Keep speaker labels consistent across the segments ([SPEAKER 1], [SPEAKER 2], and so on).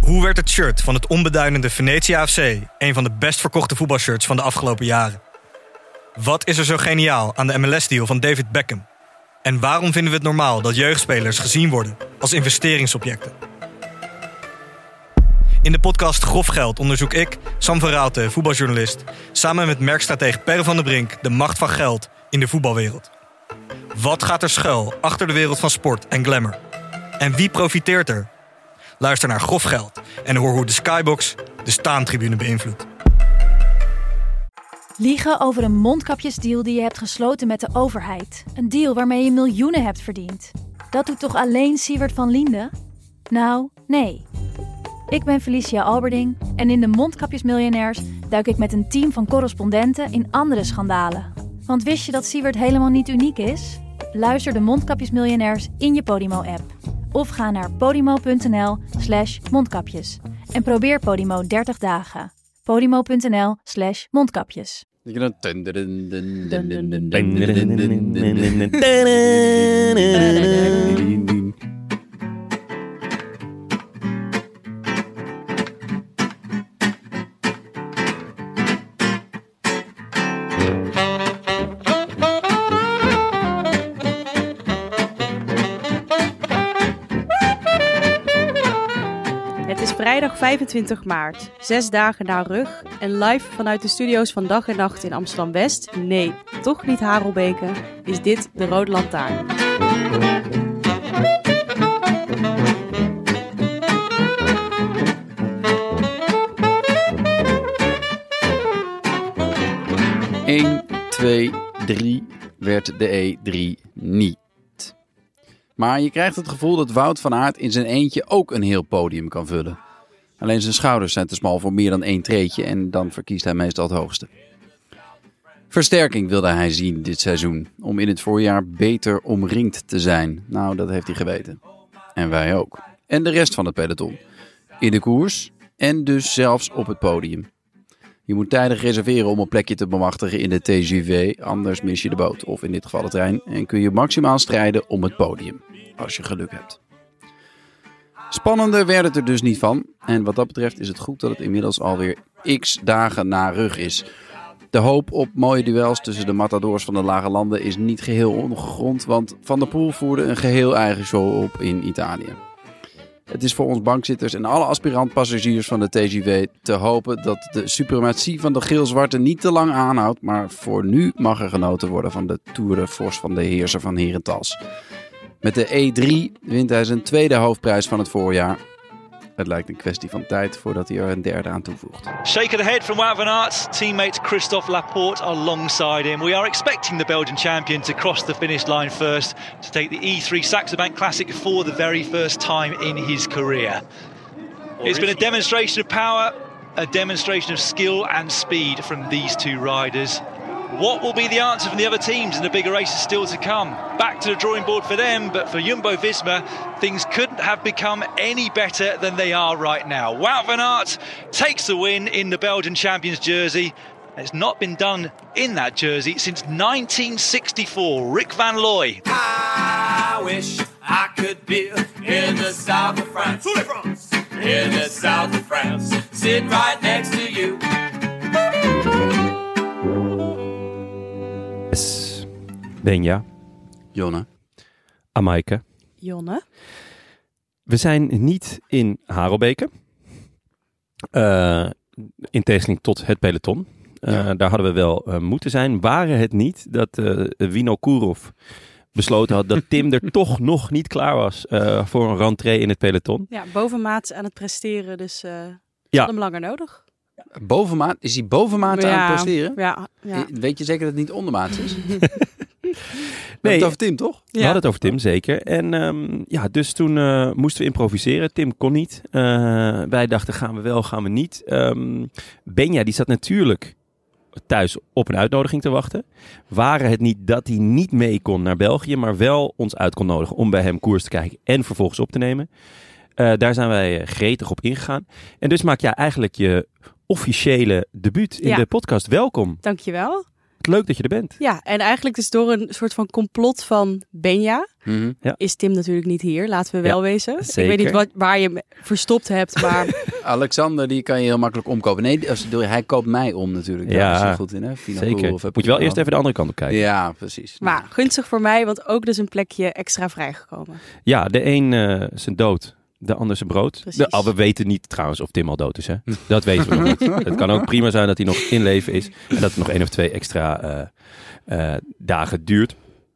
[SPEAKER 1] Hoe werd het shirt van het onbeduidende Venetia FC een van de best verkochte voetbalshirts van de afgelopen jaren? Wat is er zo geniaal aan de MLS-deal van David Beckham? En waarom vinden we het normaal dat jeugdspelers gezien worden als investeringsobjecten? In de podcast Grof Geld onderzoek ik, Sam van Raalte, voetbaljournalist, samen met merkstratege Per van der Brink de macht van geld in de voetbalwereld. Wat gaat er schuil achter de wereld van sport en glamour? En wie profiteert er? Luister naar Grof Geld en hoor hoe de Skybox de staantribune beïnvloedt.
[SPEAKER 2] Liegen over een mondkapjesdeal die je hebt gesloten met de overheid. Een deal waarmee je miljoenen hebt verdiend. Dat doet toch alleen Siewert van Liende? Nou, nee. Ik ben Felicia Alberding en in de Mondkapjesmiljonairs duik ik met een team van correspondenten in andere schandalen. Want wist je dat Siewert helemaal niet uniek is? Luister de Mondkapjesmiljonairs in je Podimo-app. Of ga naar podimo.nl/mondkapjes. En probeer Podimo 30 dagen. podimo.nl/mondkapjes.
[SPEAKER 3] Het is vrijdag 25 maart, 6 dagen na rug en live vanuit de studio's van Dag en Nacht in Amsterdam-West, nee, toch niet Harelbeke, is dit de Rode Lantaarn.
[SPEAKER 4] Eén, 2, 3 werd de E3 niet. Maar je krijgt het gevoel dat Wout van Aert in zijn eentje ook een heel podium kan vullen. Alleen zijn schouders zijn te smal voor meer dan 1 treedje en dan verkiest hij meestal het hoogste. Versterking wilde hij zien dit seizoen, om in het voorjaar beter omringd te zijn. Nou, dat heeft hij geweten. En wij ook. En de rest van het peloton. In de koers en dus zelfs op het podium. Je moet tijdig reserveren om een plekje te bemachtigen in de TGV, anders mis je de boot, of in dit geval de trein, en kun je maximaal strijden om het podium, als je geluk hebt. Spannender werd het er dus niet van, en wat dat betreft is het goed dat het inmiddels alweer x dagen na rug is. De hoop op mooie duels tussen de matadors van de lage landen is niet geheel ongegrond, want Van der Poel voerde een geheel eigen show op in Italië. Het is voor ons bankzitters en alle aspirant-passagiers van de TGV te hopen dat de suprematie van de geel-zwarte niet te lang aanhoudt. Maar voor nu mag er genoten worden van de Tour de Force van de heerser van Herentals. Met de E3 wint hij zijn tweede hoofdprijs van het voorjaar. Het lijkt een kwestie van tijd voordat hij er een derde aan toevoegt.
[SPEAKER 5] Shake of the head from Wout van Aert. Teammate Christophe Laporte alongside him. We are expecting the Belgian champion to cross the finish line first to take the E3 Saxo Bank Classic for the very first time in his career. It's been a demonstration of power, a demonstration of skill and speed from these two riders. What will be the answer from the other teams in the bigger races still to come? Back to the drawing board for them, but for Jumbo-Visma, things couldn't have become any better than they are right now. Wout van Aert takes the win in the Belgian champions jersey. It's not been done in that jersey since 1964. Rick van Looy.
[SPEAKER 6] I wish I could be in the south of France. In the south of France. Sitting right next to you.
[SPEAKER 7] Benja.
[SPEAKER 4] Jonne.
[SPEAKER 7] Amaike.
[SPEAKER 3] Jonne.
[SPEAKER 7] We zijn niet in Harelbeke. In tegenstelling tot het peloton. Daar hadden we wel moeten zijn. Waren het niet dat Vinokourov besloten had dat Tim er toch nog niet klaar was voor een rentree in het peloton.
[SPEAKER 3] Ja, bovenmaats aan het presteren, dus
[SPEAKER 7] Ja.
[SPEAKER 3] had hem langer nodig.
[SPEAKER 4] Bovenmaat? Is hij bovenmaat aan het presteren?
[SPEAKER 3] Ja.
[SPEAKER 4] Weet je zeker dat het niet ondermaats is?
[SPEAKER 7] Nee,
[SPEAKER 4] het over Tim, toch?
[SPEAKER 7] We hadden het over Tim, zeker. En dus toen moesten we improviseren. Tim kon niet. Wij dachten, gaan we wel, gaan we niet. Benja, die zat natuurlijk thuis op een uitnodiging te wachten. Waren het niet dat hij niet mee kon naar België, maar wel ons uit kon nodigen om bij hem koers te kijken en vervolgens op te nemen. Daar zijn wij gretig op ingegaan. En dus maak jij eigenlijk je officiële debuut in de podcast. Welkom.
[SPEAKER 3] Dankjewel.
[SPEAKER 7] leuk dat je er bent.
[SPEAKER 3] Ja, en eigenlijk dus door een soort van complot van Benja is Tim natuurlijk niet hier. Laten we wel wezen.
[SPEAKER 7] Zeker.
[SPEAKER 3] Ik weet niet waar je hem verstopt hebt, maar...
[SPEAKER 4] Alexander, die kan je heel makkelijk omkopen. Nee, hij koopt mij om natuurlijk. Daar is hij goed in, hè?
[SPEAKER 7] Zeker. Moet je wel eerst even de andere kant op kijken.
[SPEAKER 4] Ja, precies.
[SPEAKER 3] Maar gunstig voor mij, want ook dus een plekje extra vrijgekomen.
[SPEAKER 7] Ja, de een zijn dood. De ander zijn brood. We weten niet trouwens of Tim al dood is. Hè? Dat weten we nog niet. Het kan ook prima zijn dat hij nog in leven is. En dat het nog 1 of 2 extra dagen duurt.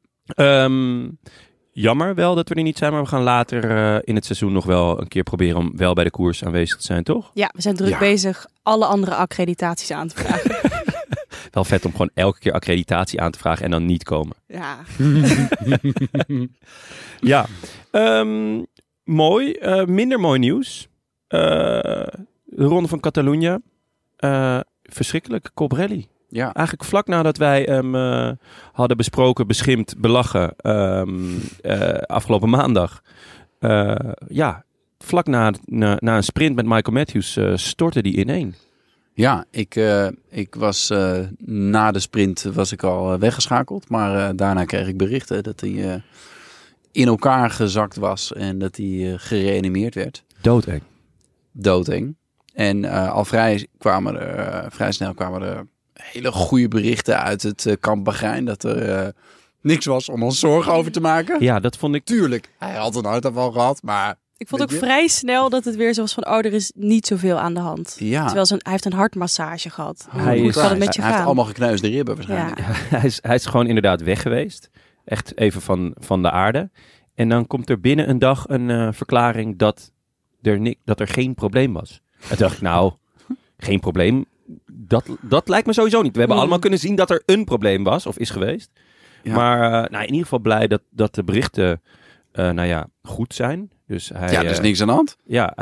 [SPEAKER 7] Jammer wel dat we er niet zijn. Maar we gaan later in het seizoen nog wel een keer proberen om wel bij de koers aanwezig te zijn, toch?
[SPEAKER 3] Ja, we zijn druk bezig alle andere accreditaties aan te vragen.
[SPEAKER 7] Wel vet om gewoon elke keer accreditatie aan te vragen en dan niet komen.
[SPEAKER 3] Ja.
[SPEAKER 7] Ja. Mooi. Minder mooi nieuws. De Ronde van Catalunya. Verschrikkelijk. Colbrelli.
[SPEAKER 4] Ja.
[SPEAKER 7] Eigenlijk vlak nadat wij hem hadden besproken, beschimpt, belachen. Afgelopen maandag. Vlak na een sprint met Michael Matthews stortte die ineen.
[SPEAKER 4] Ja, ik was na de sprint was ik al weggeschakeld. Maar daarna kreeg ik berichten dat hij... in elkaar gezakt was en dat hij gereanimeerd werd. Doodeng. En al vrij snel kwamen er hele goede berichten uit het kamp Bahrein dat er niks was om ons zorgen over te maken.
[SPEAKER 7] Ja, dat vond ik...
[SPEAKER 4] Tuurlijk, hij had een hartaanval gehad, maar...
[SPEAKER 3] Ik vond ook vrij snel dat het weer zo was van, er is niet zoveel aan de hand. Ja. Terwijl hij heeft een hartmassage gehad.
[SPEAKER 7] Hij
[SPEAKER 4] heeft allemaal gekneusde ribben waarschijnlijk.
[SPEAKER 7] Ja. Hij is gewoon inderdaad weg geweest. Echt even van de aarde. En dan komt er binnen een dag een verklaring dat er geen probleem was. En toen dacht ik, geen probleem. Dat lijkt me sowieso niet. We hebben allemaal kunnen zien dat er een probleem was of is geweest. Ja. Maar in ieder geval blij dat de berichten goed zijn. Dus
[SPEAKER 4] er is niks aan de hand.
[SPEAKER 7] Ja,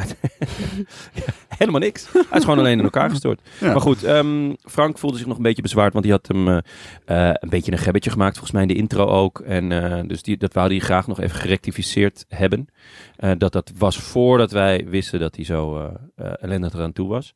[SPEAKER 7] helemaal niks. Hij is gewoon alleen in elkaar gestort. Ja. Maar goed, Frank voelde zich nog een beetje bezwaard, want die had hem een beetje een gebbetje gemaakt, volgens mij in de intro ook. En dus dat wou hij graag nog even gerectificeerd hebben. Dat was voordat wij wisten dat hij zo ellendig eraan toe was.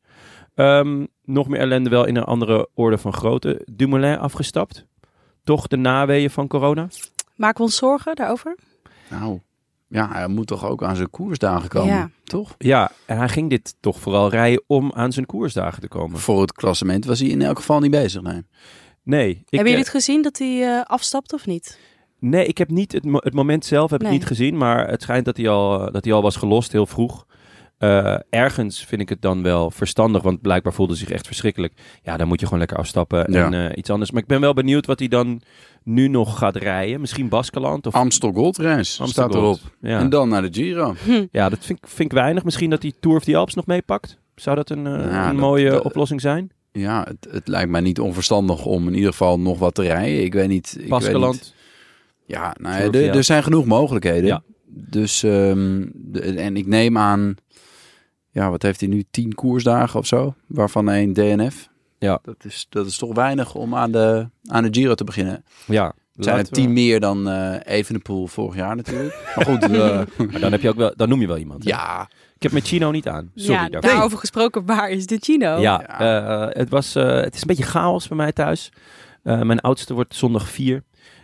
[SPEAKER 7] Nog meer ellende wel in een andere orde van grootte. Dumoulin afgestapt. Toch de naweeën van corona.
[SPEAKER 3] Maken we ons zorgen daarover?
[SPEAKER 4] Nou... Ja, hij moet toch ook aan zijn koersdagen komen, toch?
[SPEAKER 7] Ja, en hij ging dit toch vooral rijden om aan zijn koersdagen te komen.
[SPEAKER 4] Voor het klassement was hij in elk geval niet bezig,
[SPEAKER 7] nee.
[SPEAKER 3] Hebben jullie het gezien dat hij afstapt of niet?
[SPEAKER 7] Nee, ik heb niet het moment zelf ik niet gezien, maar het schijnt dat hij al was gelost heel vroeg. Ergens vind ik het dan wel verstandig, want blijkbaar voelde hij zich echt verschrikkelijk. Ja, dan moet je gewoon lekker afstappen en iets anders. Maar ik ben wel benieuwd wat hij dan nu nog gaat rijden. Misschien Baskeland of...
[SPEAKER 4] Amstel Gold Race staat erop. Ja. En dan naar de Giro.
[SPEAKER 7] Ja, dat vind ik weinig. Misschien dat hij Tour of the Alps nog meepakt. Zou dat een mooie oplossing zijn?
[SPEAKER 4] Ja, het lijkt mij niet onverstandig om in ieder geval nog wat te rijden. Ik weet niet.
[SPEAKER 7] Baskeland.
[SPEAKER 4] Ja, er zijn genoeg mogelijkheden. Ja. Dus, en ik neem aan... Ja, wat heeft hij nu? 10 koersdagen of zo? Waarvan 1 DNF. Ja. Dat is toch weinig om aan de Giro te beginnen.
[SPEAKER 7] Ja.
[SPEAKER 4] Zijn er 10 meer dan Evenepoel vorig jaar natuurlijk. Maar goed.
[SPEAKER 7] Maar dan heb je ook wel, dan noem je wel iemand. Hè?
[SPEAKER 4] Ja.
[SPEAKER 7] Ik heb mijn Chino niet aan. Sorry.
[SPEAKER 3] Ja, daarover gesproken, waar is de Chino?
[SPEAKER 7] Ja. Het is een beetje chaos bij mij thuis. Mijn oudste wordt zondag 4.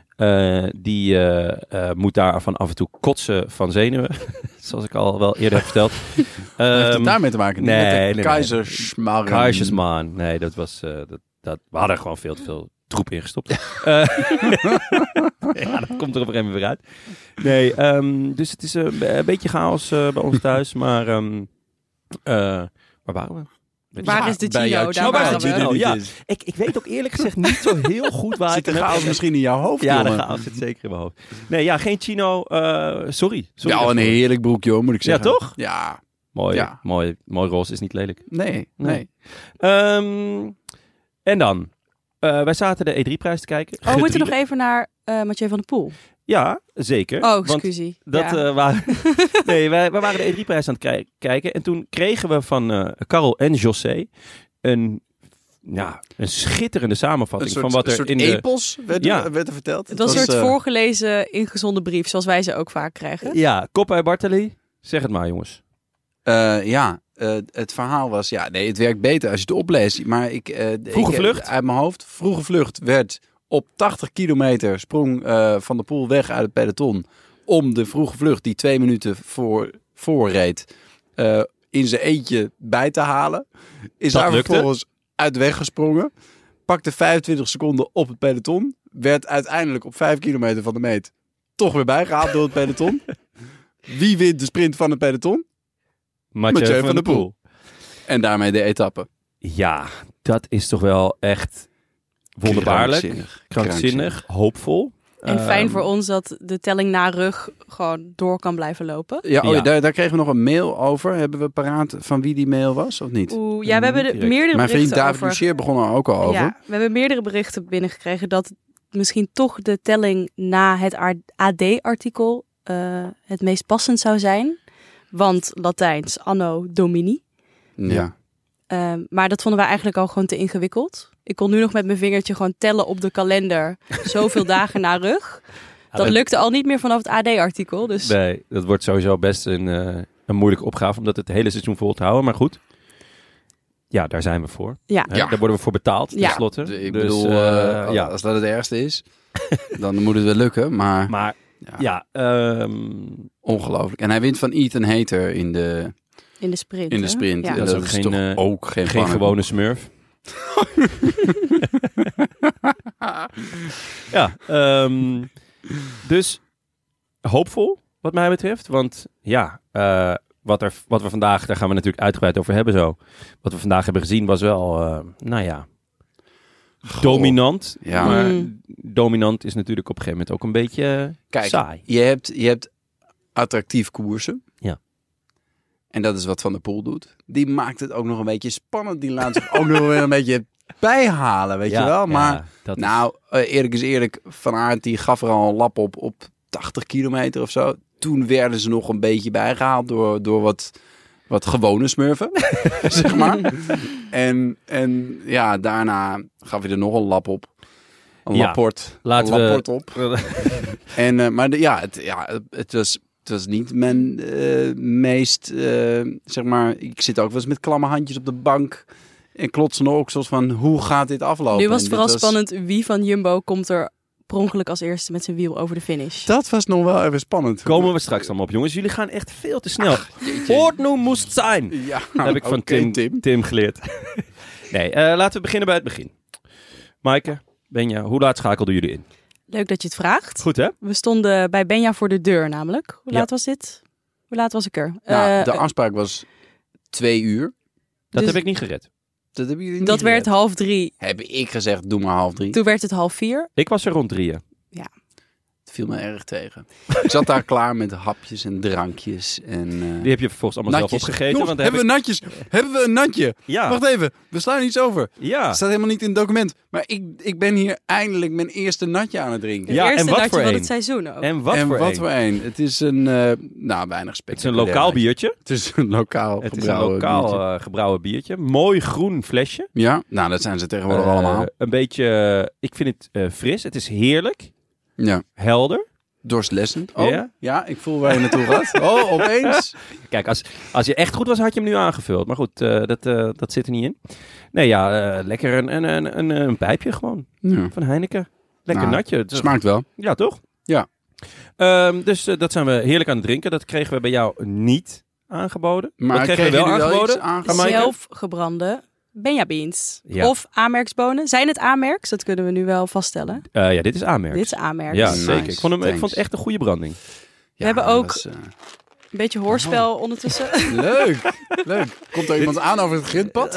[SPEAKER 7] Die moet daarvan af en toe kotsen van zenuwen. Zoals ik al wel eerder heb verteld.
[SPEAKER 4] Heeft het daarmee te maken?
[SPEAKER 7] Nee.
[SPEAKER 4] Keizersman.
[SPEAKER 7] Keizersman. Nee, dat was... we hadden gewoon veel te veel troep ingestopt. Ja, dat komt er op een gegeven moment weer uit. Nee, dus het is een beetje chaos bij ons thuis. Maar waar waren we?
[SPEAKER 3] Waar is de Giro? Daar waren we.
[SPEAKER 7] Ja. Ik weet ook eerlijk gezegd niet zo heel goed waar
[SPEAKER 4] zit de chaos misschien in jouw hoofd?
[SPEAKER 7] Ja, de chaos zit zeker in mijn hoofd. Nee, ja, geen Chino. Sorry.
[SPEAKER 4] Ja, een heerlijk broek, joh, moet ik zeggen.
[SPEAKER 7] Ja, toch?
[SPEAKER 4] Ja.
[SPEAKER 7] Mooi roze is niet lelijk.
[SPEAKER 4] Nee.
[SPEAKER 7] En dan? Wij zaten de E3-prijs te kijken.
[SPEAKER 3] We moeten nog even naar Mathieu van der Poel.
[SPEAKER 7] Ja, zeker.
[SPEAKER 3] Oh, excusie.
[SPEAKER 7] Wij waren de E3-prijs aan het kijken. En toen kregen we van Karel en José een schitterende samenvatting van wat er in de...
[SPEAKER 4] epos werd er verteld.
[SPEAKER 3] Het was een soort voorgelezen, ingezonden brief, zoals wij ze ook vaak krijgen.
[SPEAKER 7] Ja, Koppa en Bartali. Zeg het maar, jongens.
[SPEAKER 4] het verhaal was... Ja, nee, het werkt beter als je het opleest. Maar
[SPEAKER 7] Vroege vlucht?
[SPEAKER 4] Uit mijn hoofd. Vroege vlucht werd op 80 kilometer... sprong Van der Poel weg uit het peloton... om de vroege vlucht die 2 minuten voorreed... in zijn eentje bij te halen. Is
[SPEAKER 7] Dat
[SPEAKER 4] daar
[SPEAKER 7] lukte.
[SPEAKER 4] vervolgens uit de weg gesprongen. Pakte 25 seconden op het peloton. Werd uiteindelijk op 5 kilometer van de meet... toch weer bijgehaald door het peloton. Wie wint de sprint van het peloton?
[SPEAKER 7] Mathieu van der Poel.
[SPEAKER 4] En daarmee de etappe.
[SPEAKER 7] Ja, dat is toch wel echt wonderbaarlijk.
[SPEAKER 4] Krankzinnig.
[SPEAKER 7] Hoopvol.
[SPEAKER 3] En fijn voor ons dat de telling na rug gewoon door kan blijven lopen.
[SPEAKER 4] Ja,
[SPEAKER 7] Ja.
[SPEAKER 4] Daar kregen we nog een mail over. Hebben we paraat van wie die mail was, of niet?
[SPEAKER 3] We hebben
[SPEAKER 7] direct.
[SPEAKER 3] meerdere
[SPEAKER 4] Mijn vriend
[SPEAKER 3] berichten
[SPEAKER 4] David
[SPEAKER 3] over.
[SPEAKER 4] Lucier begon er ook al over.
[SPEAKER 3] Ja, we hebben meerdere berichten binnengekregen dat misschien toch de telling na het AD-artikel het meest passend zou zijn. Want Latijns anno domini.
[SPEAKER 4] Ja.
[SPEAKER 3] Maar dat vonden wij eigenlijk al gewoon te ingewikkeld. Ik kon nu nog met mijn vingertje gewoon tellen op de kalender. Zoveel dagen na rug. Dat lukte al niet meer vanaf het AD-artikel. Dus
[SPEAKER 7] Nee, dat wordt sowieso best een moeilijke opgave om dat het hele seizoen vol te houden. Maar goed, ja, daar zijn we voor.
[SPEAKER 3] ja.
[SPEAKER 7] Hè, daar worden we voor betaald,
[SPEAKER 3] Ja.
[SPEAKER 7] tenslotte.
[SPEAKER 4] Ik
[SPEAKER 7] Dus,
[SPEAKER 4] bedoel,
[SPEAKER 7] ja.
[SPEAKER 4] als dat het ergste is, dan moet het wel lukken. Maar
[SPEAKER 7] Maar
[SPEAKER 4] ja,
[SPEAKER 7] ja,
[SPEAKER 4] ongelooflijk. En hij wint van Ethan Hayter in de
[SPEAKER 3] in de sprint.
[SPEAKER 4] sprint.
[SPEAKER 3] Ja.
[SPEAKER 4] En
[SPEAKER 7] Dat is ook geen,
[SPEAKER 4] toch ook geen
[SPEAKER 7] geen gewone smurf. Ja, dus hoopvol wat mij betreft. Want ja, wat we vandaag, daar gaan we natuurlijk uitgebreid over hebben zo. Wat we vandaag hebben gezien was wel, nou ja, dominant.
[SPEAKER 4] Ja.
[SPEAKER 7] Maar
[SPEAKER 3] Mm.
[SPEAKER 7] dominant is natuurlijk op een gegeven moment ook een beetje
[SPEAKER 4] Kijk,
[SPEAKER 7] saai.
[SPEAKER 4] je hebt attractief koersen.
[SPEAKER 7] Ja.
[SPEAKER 4] En dat is wat Van der Poel doet. Die maakt het ook nog een beetje spannend. Die laat zich ook nog weer een beetje bijhalen, weet je wel. Maar
[SPEAKER 7] dat is-
[SPEAKER 4] nou, eerlijk is eerlijk. Van Aert die gaf er al een lap op 80 kilometer of zo. Toen werden ze nog een beetje bijgehaald door wat gewone smurfen, zeg maar. En ja, daarna gaf hij er nog een lap op. Een
[SPEAKER 7] Ja,
[SPEAKER 4] lapport.
[SPEAKER 7] laten
[SPEAKER 4] een
[SPEAKER 7] we-
[SPEAKER 4] lapport op. En, maar het was niet mijn meest, zeg maar... Ik zit ook wel eens met klamme handjes op de bank en klotsende oksels van hoe gaat dit aflopen?
[SPEAKER 3] Nu was
[SPEAKER 4] En
[SPEAKER 3] het vooral
[SPEAKER 4] dit
[SPEAKER 3] spannend wie van Jumbo komt er per ongeluk als eerste met zijn wiel over de finish.
[SPEAKER 4] Dat was nog wel even spannend.
[SPEAKER 7] Komen we straks allemaal op, jongens. Jullie gaan echt veel te snel. Hoort nu moest zijn.
[SPEAKER 4] Ja,
[SPEAKER 7] Dat heb ik van
[SPEAKER 4] oké,
[SPEAKER 7] Tim geleerd. Nee, laten we beginnen bij het begin. Maaike, Benja, hoe laat schakelden jullie in?
[SPEAKER 3] Leuk dat je het vraagt.
[SPEAKER 7] Goed, hè?
[SPEAKER 3] We stonden bij Benja voor de deur namelijk. Hoe
[SPEAKER 7] Ja.
[SPEAKER 3] laat was dit? Hoe laat was ik er?
[SPEAKER 4] Nou, de afspraak was 2 uur.
[SPEAKER 7] Dat
[SPEAKER 3] Dus-
[SPEAKER 7] heb ik niet gered.
[SPEAKER 4] Dat hebben jullie niet
[SPEAKER 3] dat werd
[SPEAKER 4] gered.
[SPEAKER 3] 2:30.
[SPEAKER 4] Heb ik gezegd, doe maar 2:30.
[SPEAKER 3] Toen werd het 3:30.
[SPEAKER 7] Ik was er rond 3.
[SPEAKER 4] Het viel me erg tegen. Ik zat daar klaar met hapjes en drankjes. En,
[SPEAKER 7] Die heb je vervolgens allemaal zelf
[SPEAKER 4] natjes.
[SPEAKER 7] opgegeten.
[SPEAKER 4] Jongens,
[SPEAKER 7] Want daar
[SPEAKER 4] hebben we natjes? Hebben we een natje?
[SPEAKER 7] Ja.
[SPEAKER 4] Wacht even, we slaan iets over.
[SPEAKER 7] Ja.
[SPEAKER 4] Het staat helemaal niet in het document. Maar ik ben hier eindelijk mijn eerste natje aan het drinken.
[SPEAKER 3] Het
[SPEAKER 7] Ja, en
[SPEAKER 3] eerste
[SPEAKER 7] wat
[SPEAKER 3] natje
[SPEAKER 7] voor
[SPEAKER 3] van
[SPEAKER 7] een?
[SPEAKER 3] het seizoen ook.
[SPEAKER 7] En wat voor een?
[SPEAKER 4] een? Het is een, weinig
[SPEAKER 7] Het is
[SPEAKER 4] spectaculair.
[SPEAKER 7] een lokaal biertje.
[SPEAKER 4] Het is een lokaal
[SPEAKER 7] Het is een
[SPEAKER 4] gebrouwen
[SPEAKER 7] lokaal
[SPEAKER 4] biertje.
[SPEAKER 7] gebrouwen biertje. Mooi groen flesje.
[SPEAKER 4] Ja, nou dat zijn ze tegenwoordig allemaal.
[SPEAKER 7] Een beetje, ik vind het fris. Het is heerlijk.
[SPEAKER 4] Ja,
[SPEAKER 7] Helder.
[SPEAKER 4] dorstlessend. Oh,
[SPEAKER 7] Ja?
[SPEAKER 4] ja, ik voel waar je naartoe gaat. Oh, opeens.
[SPEAKER 7] Kijk, als je echt goed was, had je hem nu aangevuld. Maar goed, dat zit er niet in. Nee, ja, lekker een pijpje gewoon.
[SPEAKER 4] Ja.
[SPEAKER 7] Van Heineken. Lekker
[SPEAKER 4] Nou,
[SPEAKER 7] natje. Het is-
[SPEAKER 4] Smaakt wel.
[SPEAKER 7] Ja, toch?
[SPEAKER 4] Ja.
[SPEAKER 7] Dus dat zijn we heerlijk aan het drinken. Dat kregen we bij jou niet aangeboden.
[SPEAKER 4] Maar
[SPEAKER 7] dat kregen we wel
[SPEAKER 4] kregen jullie wel
[SPEAKER 7] aangeboden.
[SPEAKER 4] iets aangeboden?
[SPEAKER 7] Maaike?
[SPEAKER 3] Zelf gebrande Benja beans.
[SPEAKER 7] Ja.
[SPEAKER 3] Of Amerksbonen. Zijn het Amerks? Dat kunnen we nu wel vaststellen.
[SPEAKER 7] Ja, dit is Amerks.
[SPEAKER 3] Dit is Amerks.
[SPEAKER 7] Ja,
[SPEAKER 4] Nice,
[SPEAKER 7] zeker. Ik vond
[SPEAKER 4] thanks.
[SPEAKER 7] het echt een goede branding.
[SPEAKER 4] Ja,
[SPEAKER 3] hebben
[SPEAKER 4] dat
[SPEAKER 3] ook-
[SPEAKER 4] was,
[SPEAKER 3] Een beetje hoorspel ondertussen.
[SPEAKER 4] leuk, leuk. Komt er iemand aan over het grindpad?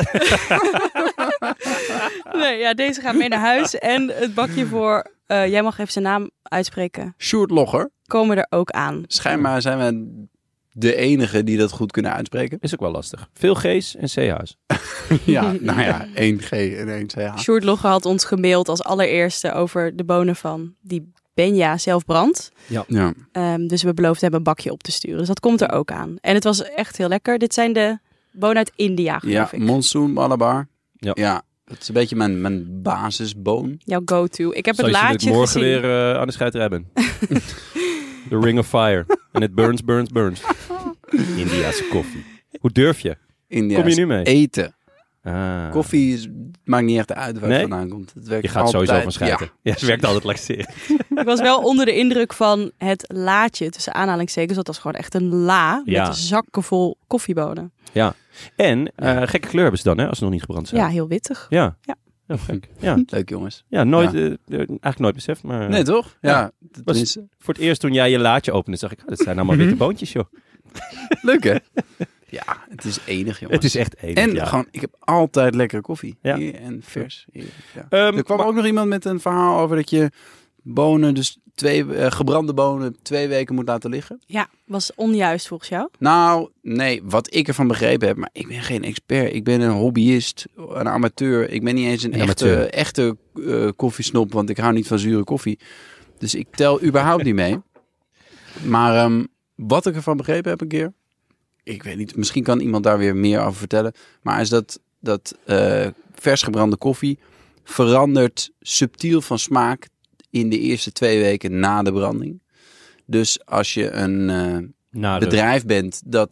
[SPEAKER 3] Nee, ja, deze gaat mee naar huis. En het bakje voor, jij mag even zijn naam uitspreken,
[SPEAKER 4] Sjoerd Logger.
[SPEAKER 3] komen er ook aan.
[SPEAKER 4] Schijnbaar zijn we de enige die dat goed kunnen uitspreken.
[SPEAKER 7] Is ook wel lastig. Veel G's en CH's.
[SPEAKER 4] Ja, nou ja, 1 G en 1 CH.
[SPEAKER 3] Sjoerd Logger had ons gemaild als allereerste over de bonen van die Benja zelf brandt.
[SPEAKER 4] Ja.
[SPEAKER 3] Dus we beloofden hem een bakje op te sturen. Dus dat komt er ook aan. En het was echt heel lekker. Dit zijn de bonen uit India, geloof
[SPEAKER 4] Ja,
[SPEAKER 3] ik.
[SPEAKER 4] Monsoon Malabar.
[SPEAKER 7] Ja.
[SPEAKER 4] Ja, dat is een beetje mijn basisboon.
[SPEAKER 3] Jouw go-to. Ik heb
[SPEAKER 7] Zal
[SPEAKER 3] het
[SPEAKER 7] je
[SPEAKER 3] laadje
[SPEAKER 7] morgen
[SPEAKER 3] gezien.
[SPEAKER 7] weer aan de scheiterij ben. The Ring of Fire. En het burns, burns, burns. Indiase koffie. Hoe durf je?
[SPEAKER 4] India's.
[SPEAKER 7] Kom je nu mee?
[SPEAKER 4] Eten.
[SPEAKER 7] Ah.
[SPEAKER 4] Koffie maakt niet echt uit waar
[SPEAKER 7] Nee?
[SPEAKER 4] het vandaan komt. Het werkt
[SPEAKER 7] Je gaat
[SPEAKER 4] altijd,
[SPEAKER 7] sowieso van schijten.
[SPEAKER 4] Ja.
[SPEAKER 7] Ja, het werkt altijd laxeren.
[SPEAKER 3] Ik was wel onder de indruk van het laadje, tussen aanhalingstekens. Dat was gewoon echt een la
[SPEAKER 7] Ja.
[SPEAKER 3] met zakken vol koffiebonen.
[SPEAKER 7] En gekke kleur hebben ze dan, hè, als ze nog niet gebrand zijn.
[SPEAKER 3] Ja, heel wittig.
[SPEAKER 7] Ja.
[SPEAKER 3] Ja.
[SPEAKER 7] Heel gek. Ja,
[SPEAKER 4] Leuk jongens.
[SPEAKER 7] ja nooit,
[SPEAKER 4] Ja.
[SPEAKER 7] eigenlijk nooit beseft. Maar
[SPEAKER 4] Nee toch? Ja.
[SPEAKER 7] Was-
[SPEAKER 4] Tenminste,
[SPEAKER 7] voor het eerst toen jij je laadje opende, zag ik, dat zijn allemaal witte boontjes, joh.
[SPEAKER 4] leuk hè? Ja, het is enig jongens.
[SPEAKER 7] Het is echt enig,
[SPEAKER 4] En
[SPEAKER 7] ja.
[SPEAKER 4] gewoon, ik heb altijd lekkere koffie.
[SPEAKER 7] Ja.
[SPEAKER 4] Hier en vers. Hier, ja.
[SPEAKER 7] Ehm,
[SPEAKER 4] Er kwam
[SPEAKER 7] maar-
[SPEAKER 4] ook nog iemand met een verhaal over dat je bonen, dus gebrande bonen, 2 weken moet laten liggen.
[SPEAKER 3] Ja, was onjuist volgens jou.
[SPEAKER 4] Nou, nee, wat ik ervan begrepen heb, maar ik ben geen expert. Ik ben een hobbyist, een amateur. Ik ben niet eens een
[SPEAKER 7] amateur.
[SPEAKER 4] echte koffiesnop, want ik hou niet van zure koffie. Dus ik tel überhaupt niet mee. Maar wat ik ervan begrepen heb een keer, ik weet niet, misschien kan iemand daar weer meer over vertellen. Maar is dat vers gebrande koffie verandert subtiel van smaak in de eerste 2 weken na de branding. Dus als je een
[SPEAKER 7] Na de-
[SPEAKER 4] bedrijf bent dat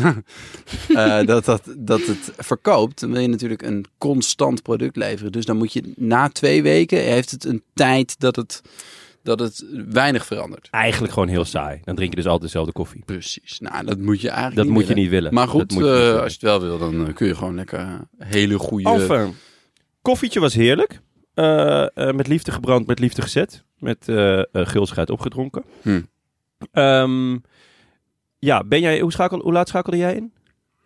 [SPEAKER 4] het verkoopt, dan wil je natuurlijk een constant product leveren. Dus dan moet je na 2 weken, heeft het een tijd dat het weinig verandert.
[SPEAKER 7] Eigenlijk gewoon heel saai. Dan drink je dus altijd dezelfde koffie.
[SPEAKER 4] Precies. Nou, dat moet je eigenlijk
[SPEAKER 7] Dat
[SPEAKER 4] niet
[SPEAKER 7] moet je
[SPEAKER 4] willen.
[SPEAKER 7] niet willen.
[SPEAKER 4] Maar
[SPEAKER 7] Dat
[SPEAKER 4] goed,
[SPEAKER 7] moet je niet willen.
[SPEAKER 4] als je het wel wil, dan kun je gewoon lekker hele goede...
[SPEAKER 7] Enfin, koffietje was heerlijk. Met liefde gebrand, met liefde gezet. Met gulschuit opgedronken. Ja, hoe laat schakelde jij in?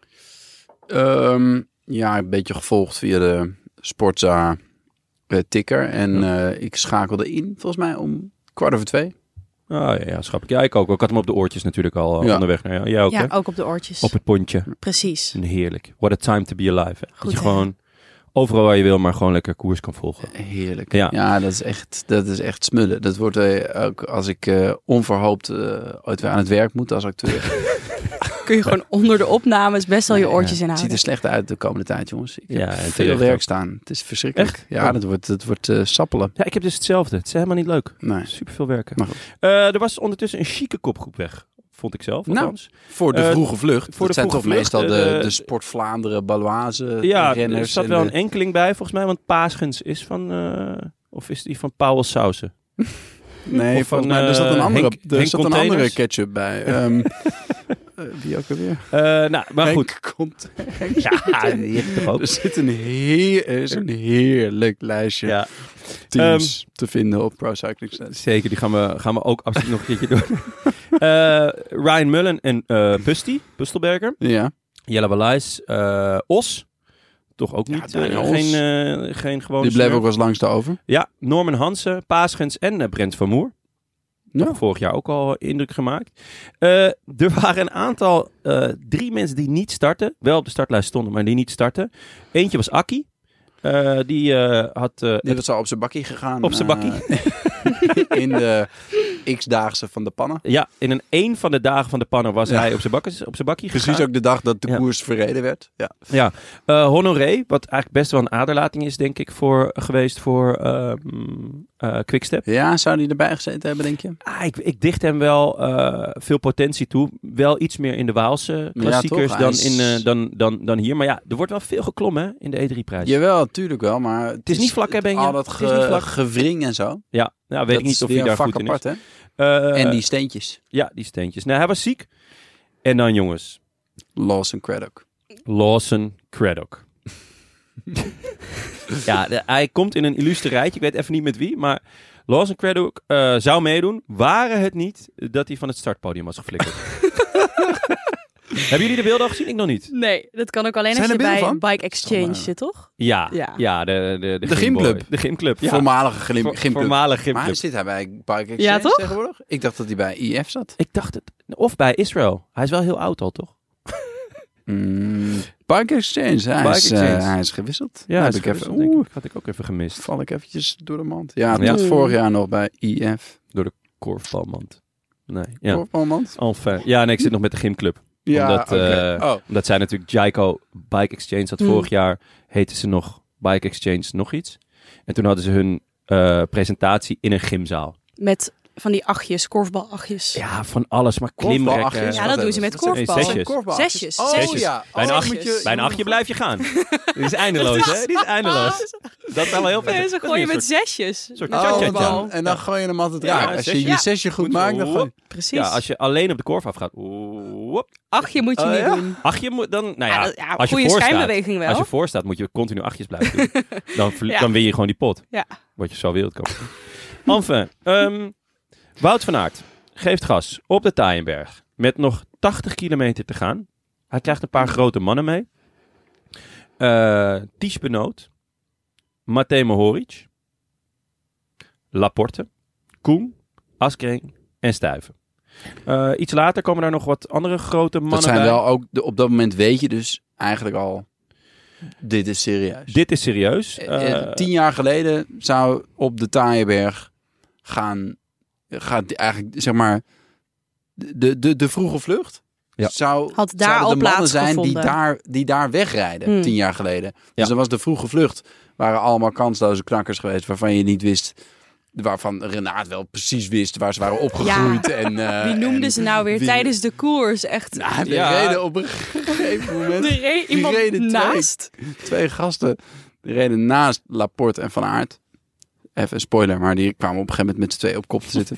[SPEAKER 4] Ja, een beetje gevolgd via de Sportza ticker. En ik schakelde in, volgens mij, om 2:15.
[SPEAKER 7] Oh ja, schat ik. Ja, ik ook. Ik had hem op de oortjes natuurlijk al
[SPEAKER 4] Ja.
[SPEAKER 7] onderweg naar jou. Jij ook,
[SPEAKER 3] Ja,
[SPEAKER 7] hè?
[SPEAKER 3] ook op de oortjes.
[SPEAKER 7] Op het pontje.
[SPEAKER 3] Precies.
[SPEAKER 7] En heerlijk. What a time to be alive. Hè? Dat
[SPEAKER 3] Goed,
[SPEAKER 7] je
[SPEAKER 3] hè?
[SPEAKER 7] gewoon overal waar je wil, maar gewoon lekker koers kan volgen.
[SPEAKER 4] Heerlijk.
[SPEAKER 7] Ja.
[SPEAKER 4] Ja, dat is echt smullen. Dat wordt ook als ik onverhoopt ooit weer aan het werk moet als acteur.
[SPEAKER 3] Kun je gewoon onder de opnames best wel je oortjes
[SPEAKER 4] Het ziet
[SPEAKER 3] inhouden.
[SPEAKER 4] er slecht uit de komende tijd, jongens. Ik
[SPEAKER 7] Ja,
[SPEAKER 4] heb
[SPEAKER 7] en
[SPEAKER 4] veel
[SPEAKER 7] terecht
[SPEAKER 4] werk
[SPEAKER 7] ook.
[SPEAKER 4] staan. Het is verschrikkelijk.
[SPEAKER 7] Echt?
[SPEAKER 4] Ja,
[SPEAKER 7] Oh.
[SPEAKER 4] dat wordt sappelen.
[SPEAKER 7] Ja, ik heb dus hetzelfde. Het is helemaal niet leuk.
[SPEAKER 4] Nee.
[SPEAKER 7] Super veel werken.
[SPEAKER 4] Maar goed.
[SPEAKER 7] Er was ondertussen een chique kopgroep weg. Vond ik zelf,
[SPEAKER 4] Nou,
[SPEAKER 7] althans.
[SPEAKER 4] Voor de vroege vlucht.
[SPEAKER 7] voor
[SPEAKER 4] Dat
[SPEAKER 7] de
[SPEAKER 4] zijn
[SPEAKER 7] vroege
[SPEAKER 4] toch meestal
[SPEAKER 7] vlucht,
[SPEAKER 4] de Sport Vlaanderen, Baloise
[SPEAKER 7] Ja,
[SPEAKER 4] renners.
[SPEAKER 7] er zat
[SPEAKER 4] en
[SPEAKER 7] wel
[SPEAKER 4] de-
[SPEAKER 7] een enkeling bij, volgens mij. Want Paasgens is van... of is die van Pauwels Sausen?
[SPEAKER 4] Nee,
[SPEAKER 7] Of
[SPEAKER 4] volgens
[SPEAKER 7] van,
[SPEAKER 4] mij, er zat een andere,
[SPEAKER 7] Henk
[SPEAKER 4] er zat een
[SPEAKER 7] Containers?
[SPEAKER 4] andere ketchup bij. Wie ook alweer?
[SPEAKER 7] Nou, maar goed.
[SPEAKER 4] Henk komt.
[SPEAKER 7] Ja, die heb je toch ook?
[SPEAKER 4] Er zit een heerlijk lijstje
[SPEAKER 7] Ja,
[SPEAKER 4] teams te vinden op Pro Cycling Stats.
[SPEAKER 7] zeker. Die gaan we ook absoluut nog een keertje doen. Ryan Mullen en Bustelberger.
[SPEAKER 4] Ja.
[SPEAKER 7] Jelle Walijs, Os. Toch ook
[SPEAKER 4] Ja,
[SPEAKER 7] niet.
[SPEAKER 4] bijna Os.
[SPEAKER 7] Geen gewone
[SPEAKER 4] Die bleef
[SPEAKER 7] snurf.
[SPEAKER 4] ook wel eens langs de over.
[SPEAKER 7] Ja, Norman Hansen, Paasgens en Brent van Moer.
[SPEAKER 4] Ja.
[SPEAKER 7] Vorig jaar ook al indruk gemaakt. Er waren een aantal, 3 mensen die niet starten. Wel op de startlijst stonden, maar die niet starten. Eentje was Akki. Die had...
[SPEAKER 4] Die was al op zijn bakkie gegaan.
[SPEAKER 7] Op zijn bakkie?
[SPEAKER 4] In de x-daagse van de pannen.
[SPEAKER 7] Ja, in een van de dagen van de pannen was hij op zijn bakkie gegaan.
[SPEAKER 4] Precies ook de dag dat de
[SPEAKER 7] Ja.
[SPEAKER 4] koers verreden werd. Ja.
[SPEAKER 7] Ja, Honoré, wat eigenlijk best wel een aderlating is, denk ik, geweest voor Quickstep.
[SPEAKER 4] Ja, zou die erbij gezeten hebben, denk je?
[SPEAKER 7] Ik dicht hem wel veel potentie toe. Wel iets meer in de Waalse klassiekers
[SPEAKER 4] toch?
[SPEAKER 7] dan,
[SPEAKER 4] Hij is-
[SPEAKER 7] dan hier. Maar ja, er wordt wel veel geklommen hè, in de E3-prijs.
[SPEAKER 4] Jawel, tuurlijk wel, maar... Het
[SPEAKER 7] is niet vlak, hè, Benja?
[SPEAKER 4] Al dat
[SPEAKER 7] Het is niet vlak.
[SPEAKER 4] gewring en zo.
[SPEAKER 7] Ja, nou, weet ik niet of hij daar goed in is.
[SPEAKER 4] apart, hè? En
[SPEAKER 7] die...
[SPEAKER 4] die steentjes.
[SPEAKER 7] Ja, die steentjes. Nou, hij was ziek. En dan jongens,
[SPEAKER 4] Lawson Craddock.
[SPEAKER 7] Lawson Craddock. Ja, hij komt in een illustre rijtje. Ik weet even niet met wie, maar Lawson Craddock zou meedoen. Waren het niet dat hij van het startpodium was geflikkerd. Hebben jullie de beelden al gezien? Ik nog niet.
[SPEAKER 3] Nee, dat kan ook alleen
[SPEAKER 4] Zijn
[SPEAKER 3] als je
[SPEAKER 4] er beelden
[SPEAKER 3] bij
[SPEAKER 4] van?
[SPEAKER 3] Bike Exchange zit, toch?
[SPEAKER 7] Ja,
[SPEAKER 3] Ja.
[SPEAKER 7] de
[SPEAKER 4] gymclub.
[SPEAKER 7] gymboy. De gymclub, ja.
[SPEAKER 4] Voormalige gymclub.
[SPEAKER 7] Voormalige
[SPEAKER 4] Maar
[SPEAKER 7] gymclub.
[SPEAKER 4] zit hij bij Bike Exchange
[SPEAKER 3] Ja, toch?
[SPEAKER 4] tegenwoordig? Ik dacht dat hij bij IF zat.
[SPEAKER 7] Ik dacht het. Of bij Israël. Hij is wel heel oud al, toch?
[SPEAKER 4] Bike Exchange. Hij,
[SPEAKER 7] Bike
[SPEAKER 4] is,
[SPEAKER 7] Exchange.
[SPEAKER 4] hij is gewisseld.
[SPEAKER 7] Ja,
[SPEAKER 4] Heb
[SPEAKER 7] dat
[SPEAKER 4] ik
[SPEAKER 7] is
[SPEAKER 4] even,
[SPEAKER 7] gewisseld, denk ik. Had ik ook even gemist.
[SPEAKER 4] val ik eventjes door de mand. Ja,
[SPEAKER 7] Ja.
[SPEAKER 4] tot vorig jaar nog bij IF.
[SPEAKER 7] Door de korfbalmand. Nee, ja.
[SPEAKER 4] Korfbalmand?
[SPEAKER 7] Enfin. Ja, nee, ik zit nog met de gymclub. Omdat, omdat zij natuurlijk Jayco Bike Exchange had vorig jaar. Heette ze nog Bike Exchange nog iets. En toen hadden ze hun presentatie in een gymzaal.
[SPEAKER 3] Met van die achtjes, korfbalachtjes.
[SPEAKER 7] Ja, van alles, maar klimrekken.
[SPEAKER 4] Korfbalachtjes?
[SPEAKER 3] Ja, dat doen ze met korfbal.
[SPEAKER 7] Zesjes.
[SPEAKER 3] Zesjes.
[SPEAKER 4] Oh
[SPEAKER 3] Zesjes.
[SPEAKER 4] ja.
[SPEAKER 7] Bij een
[SPEAKER 4] Oh,
[SPEAKER 7] achtje,
[SPEAKER 4] moet je-
[SPEAKER 7] bij een achtje blijf je gaan. Die is eindeloos, hè? Die is eindeloos. Dat is wel heel vet.
[SPEAKER 3] Nee, ze
[SPEAKER 7] Dat is
[SPEAKER 3] gooien
[SPEAKER 7] meer
[SPEAKER 3] met zesjes.
[SPEAKER 7] soort
[SPEAKER 3] Met
[SPEAKER 7] cha-cha-cha.
[SPEAKER 3] korfbal.
[SPEAKER 4] En dan gooi je hem altijd
[SPEAKER 7] Ja,
[SPEAKER 4] raak. Als je
[SPEAKER 7] zesje.
[SPEAKER 4] je zesje goed maakt, dan gooi je...
[SPEAKER 3] Precies.
[SPEAKER 7] Ja, als je alleen op de korf afgaat. Woep.
[SPEAKER 3] Achtje moet je niet doen.
[SPEAKER 7] Achtje moet dan... Nou ja,
[SPEAKER 3] Ja,
[SPEAKER 7] als je
[SPEAKER 3] goede
[SPEAKER 7] voor staat,
[SPEAKER 3] schijnbeweging wel.
[SPEAKER 7] als je voor staat, moet je continu achtjes blijven doen.
[SPEAKER 3] Ja.
[SPEAKER 7] Dan win je gewoon die pot.
[SPEAKER 3] Ja.
[SPEAKER 7] Word je zo wereldkampioen. Enfin, Wout van Aert geeft gas op de Taaienberg. Met nog 80 kilometer te gaan. Hij krijgt een paar grote mannen mee. Ties Benoot. Matej Mohoric. Laporte. Koen. Askreen en Stuyven. Iets later komen daar nog wat andere grote mannen
[SPEAKER 4] Dat zijn
[SPEAKER 7] bij.
[SPEAKER 4] wel ook... Op dat moment weet je dus eigenlijk al... Dit is serieus.
[SPEAKER 7] Dit is serieus.
[SPEAKER 4] 10 jaar geleden zou op de Taaienberg gaat eigenlijk, zeg maar... De vroege vlucht...
[SPEAKER 7] Ja.
[SPEAKER 3] Had daar
[SPEAKER 4] zouden
[SPEAKER 3] al
[SPEAKER 4] de mannen zijn
[SPEAKER 3] plaatsgevonden.
[SPEAKER 4] die daar wegrijden 10 jaar geleden. Dus dan was de vroege vlucht. Waren allemaal kansloze knakkers geweest waarvan je niet wist. Waarvan Renaat wel precies wist waar ze waren opgegroeid.
[SPEAKER 3] Ja.
[SPEAKER 4] En,
[SPEAKER 3] Wie noemden ze nou weer
[SPEAKER 4] wie-
[SPEAKER 3] tijdens de koers? Echt.
[SPEAKER 4] Nou, die
[SPEAKER 7] Ja.
[SPEAKER 4] reden op een gegeven moment.
[SPEAKER 3] Er reed
[SPEAKER 4] die
[SPEAKER 3] iemand
[SPEAKER 4] reden
[SPEAKER 3] naast.
[SPEAKER 4] Twee gasten. Die reden naast Laporte en Van Aert. Even een spoiler, maar die kwamen op een gegeven moment met z'n twee op kop te zitten.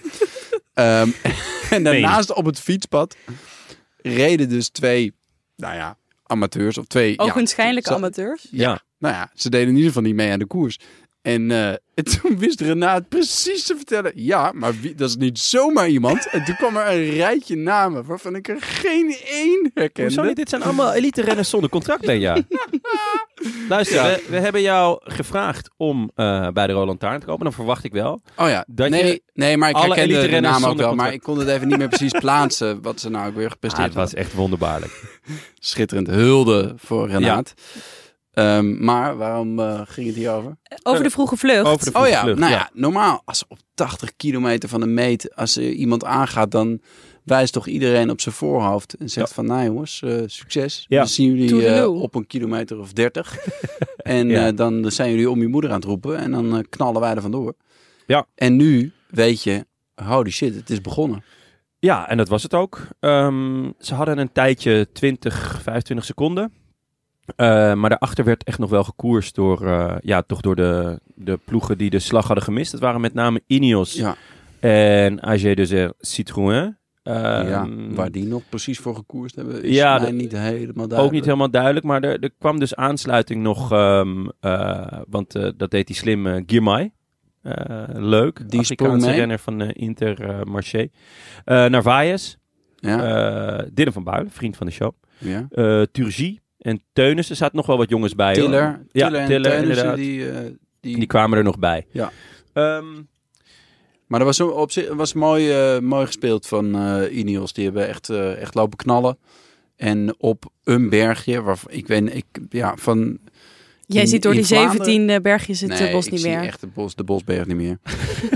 [SPEAKER 4] En daarnaast op het fietspad reden dus twee, amateurs of twee.
[SPEAKER 3] Ogenschijnlijke
[SPEAKER 4] zo-
[SPEAKER 3] amateurs.
[SPEAKER 7] Ja.
[SPEAKER 4] Nou ja, ze deden in ieder geval niet mee aan de koers. En toen wist Renaat precies te vertellen... Ja, maar dat is niet zomaar iemand. En toen kwam er een rijtje namen... waarvan ik er geen één herkende.
[SPEAKER 7] Hoezo niet? Dit zijn allemaal elite renners zonder contract, Benja. Luister,
[SPEAKER 4] Ja.
[SPEAKER 7] we hebben jou gevraagd om bij de Roland Taarn te komen. Dan verwacht ik wel.
[SPEAKER 4] Oh ja,
[SPEAKER 7] Dat
[SPEAKER 4] nee,
[SPEAKER 7] je
[SPEAKER 4] nee, maar ik
[SPEAKER 7] alle
[SPEAKER 4] herkende de
[SPEAKER 7] elite-renners
[SPEAKER 4] naam ook
[SPEAKER 7] zonder
[SPEAKER 4] wel. Maar
[SPEAKER 7] contract-
[SPEAKER 4] ik kon het even niet meer precies plaatsen... wat ze nou ook weer gepresteerd
[SPEAKER 7] het was echt wonderbaarlijk.
[SPEAKER 4] Schitterend. Hulde voor Renaat. Maar waarom ging het hier over?
[SPEAKER 3] Over de vroege vlucht.
[SPEAKER 7] Over de
[SPEAKER 4] Oh ja,
[SPEAKER 7] vlucht,
[SPEAKER 4] nou ja, normaal als op 80 kilometer van de meet, als er iemand aangaat, dan wijst toch iedereen op zijn voorhoofd en zegt van, nou jongens, succes.
[SPEAKER 7] Ja.
[SPEAKER 4] Dan zien jullie
[SPEAKER 3] Toedeloe.
[SPEAKER 4] op een kilometer of 30. En
[SPEAKER 7] Ja.
[SPEAKER 4] dan zijn jullie om je moeder aan het roepen en dan knallen wij er vandoor.
[SPEAKER 7] Ja.
[SPEAKER 4] En nu weet je, holy shit, het is begonnen.
[SPEAKER 7] Ja, en dat was het ook. Ze hadden een tijdje 25 seconden. Maar daarachter werd echt nog wel gekoerst door, toch door de ploegen die de slag hadden gemist. Het waren met name Ineos
[SPEAKER 4] Ja.
[SPEAKER 7] en AG Desert Citroën.
[SPEAKER 4] Waar die nog precies voor gekoerst hebben, is
[SPEAKER 7] Ja,
[SPEAKER 4] mij niet helemaal duidelijk.
[SPEAKER 7] Ook niet helemaal duidelijk, maar er kwam dus aansluiting nog, want dat deed hij slim, Girmay. Leuk,
[SPEAKER 4] Die sprong
[SPEAKER 7] Afrikaanse
[SPEAKER 4] mee.
[SPEAKER 7] renner van Intermarché. Narvaez,
[SPEAKER 4] Ja,
[SPEAKER 7] Dylan van Buijlen, vriend van de show.
[SPEAKER 4] ja.
[SPEAKER 7] Turgie en Teunis, er zaten nog wel wat jongens bij. hoor.
[SPEAKER 4] Tiller,
[SPEAKER 7] Ja,
[SPEAKER 4] Tiller en
[SPEAKER 7] Tiller,
[SPEAKER 4] Teunissen,
[SPEAKER 7] inderdaad.
[SPEAKER 4] die
[SPEAKER 7] Die kwamen er nog bij.
[SPEAKER 4] Ja.
[SPEAKER 7] Ehm,
[SPEAKER 4] Maar dat was op zich was mooi gespeeld van Ineos. Die hebben echt lopen knallen. En op een bergje, waarvan van...
[SPEAKER 3] Jij ziet door
[SPEAKER 4] in
[SPEAKER 3] die
[SPEAKER 4] Vlaanderen-
[SPEAKER 3] 17 bergjes het bos niet
[SPEAKER 4] ik
[SPEAKER 3] meer.
[SPEAKER 4] zie echt de bosberg niet meer.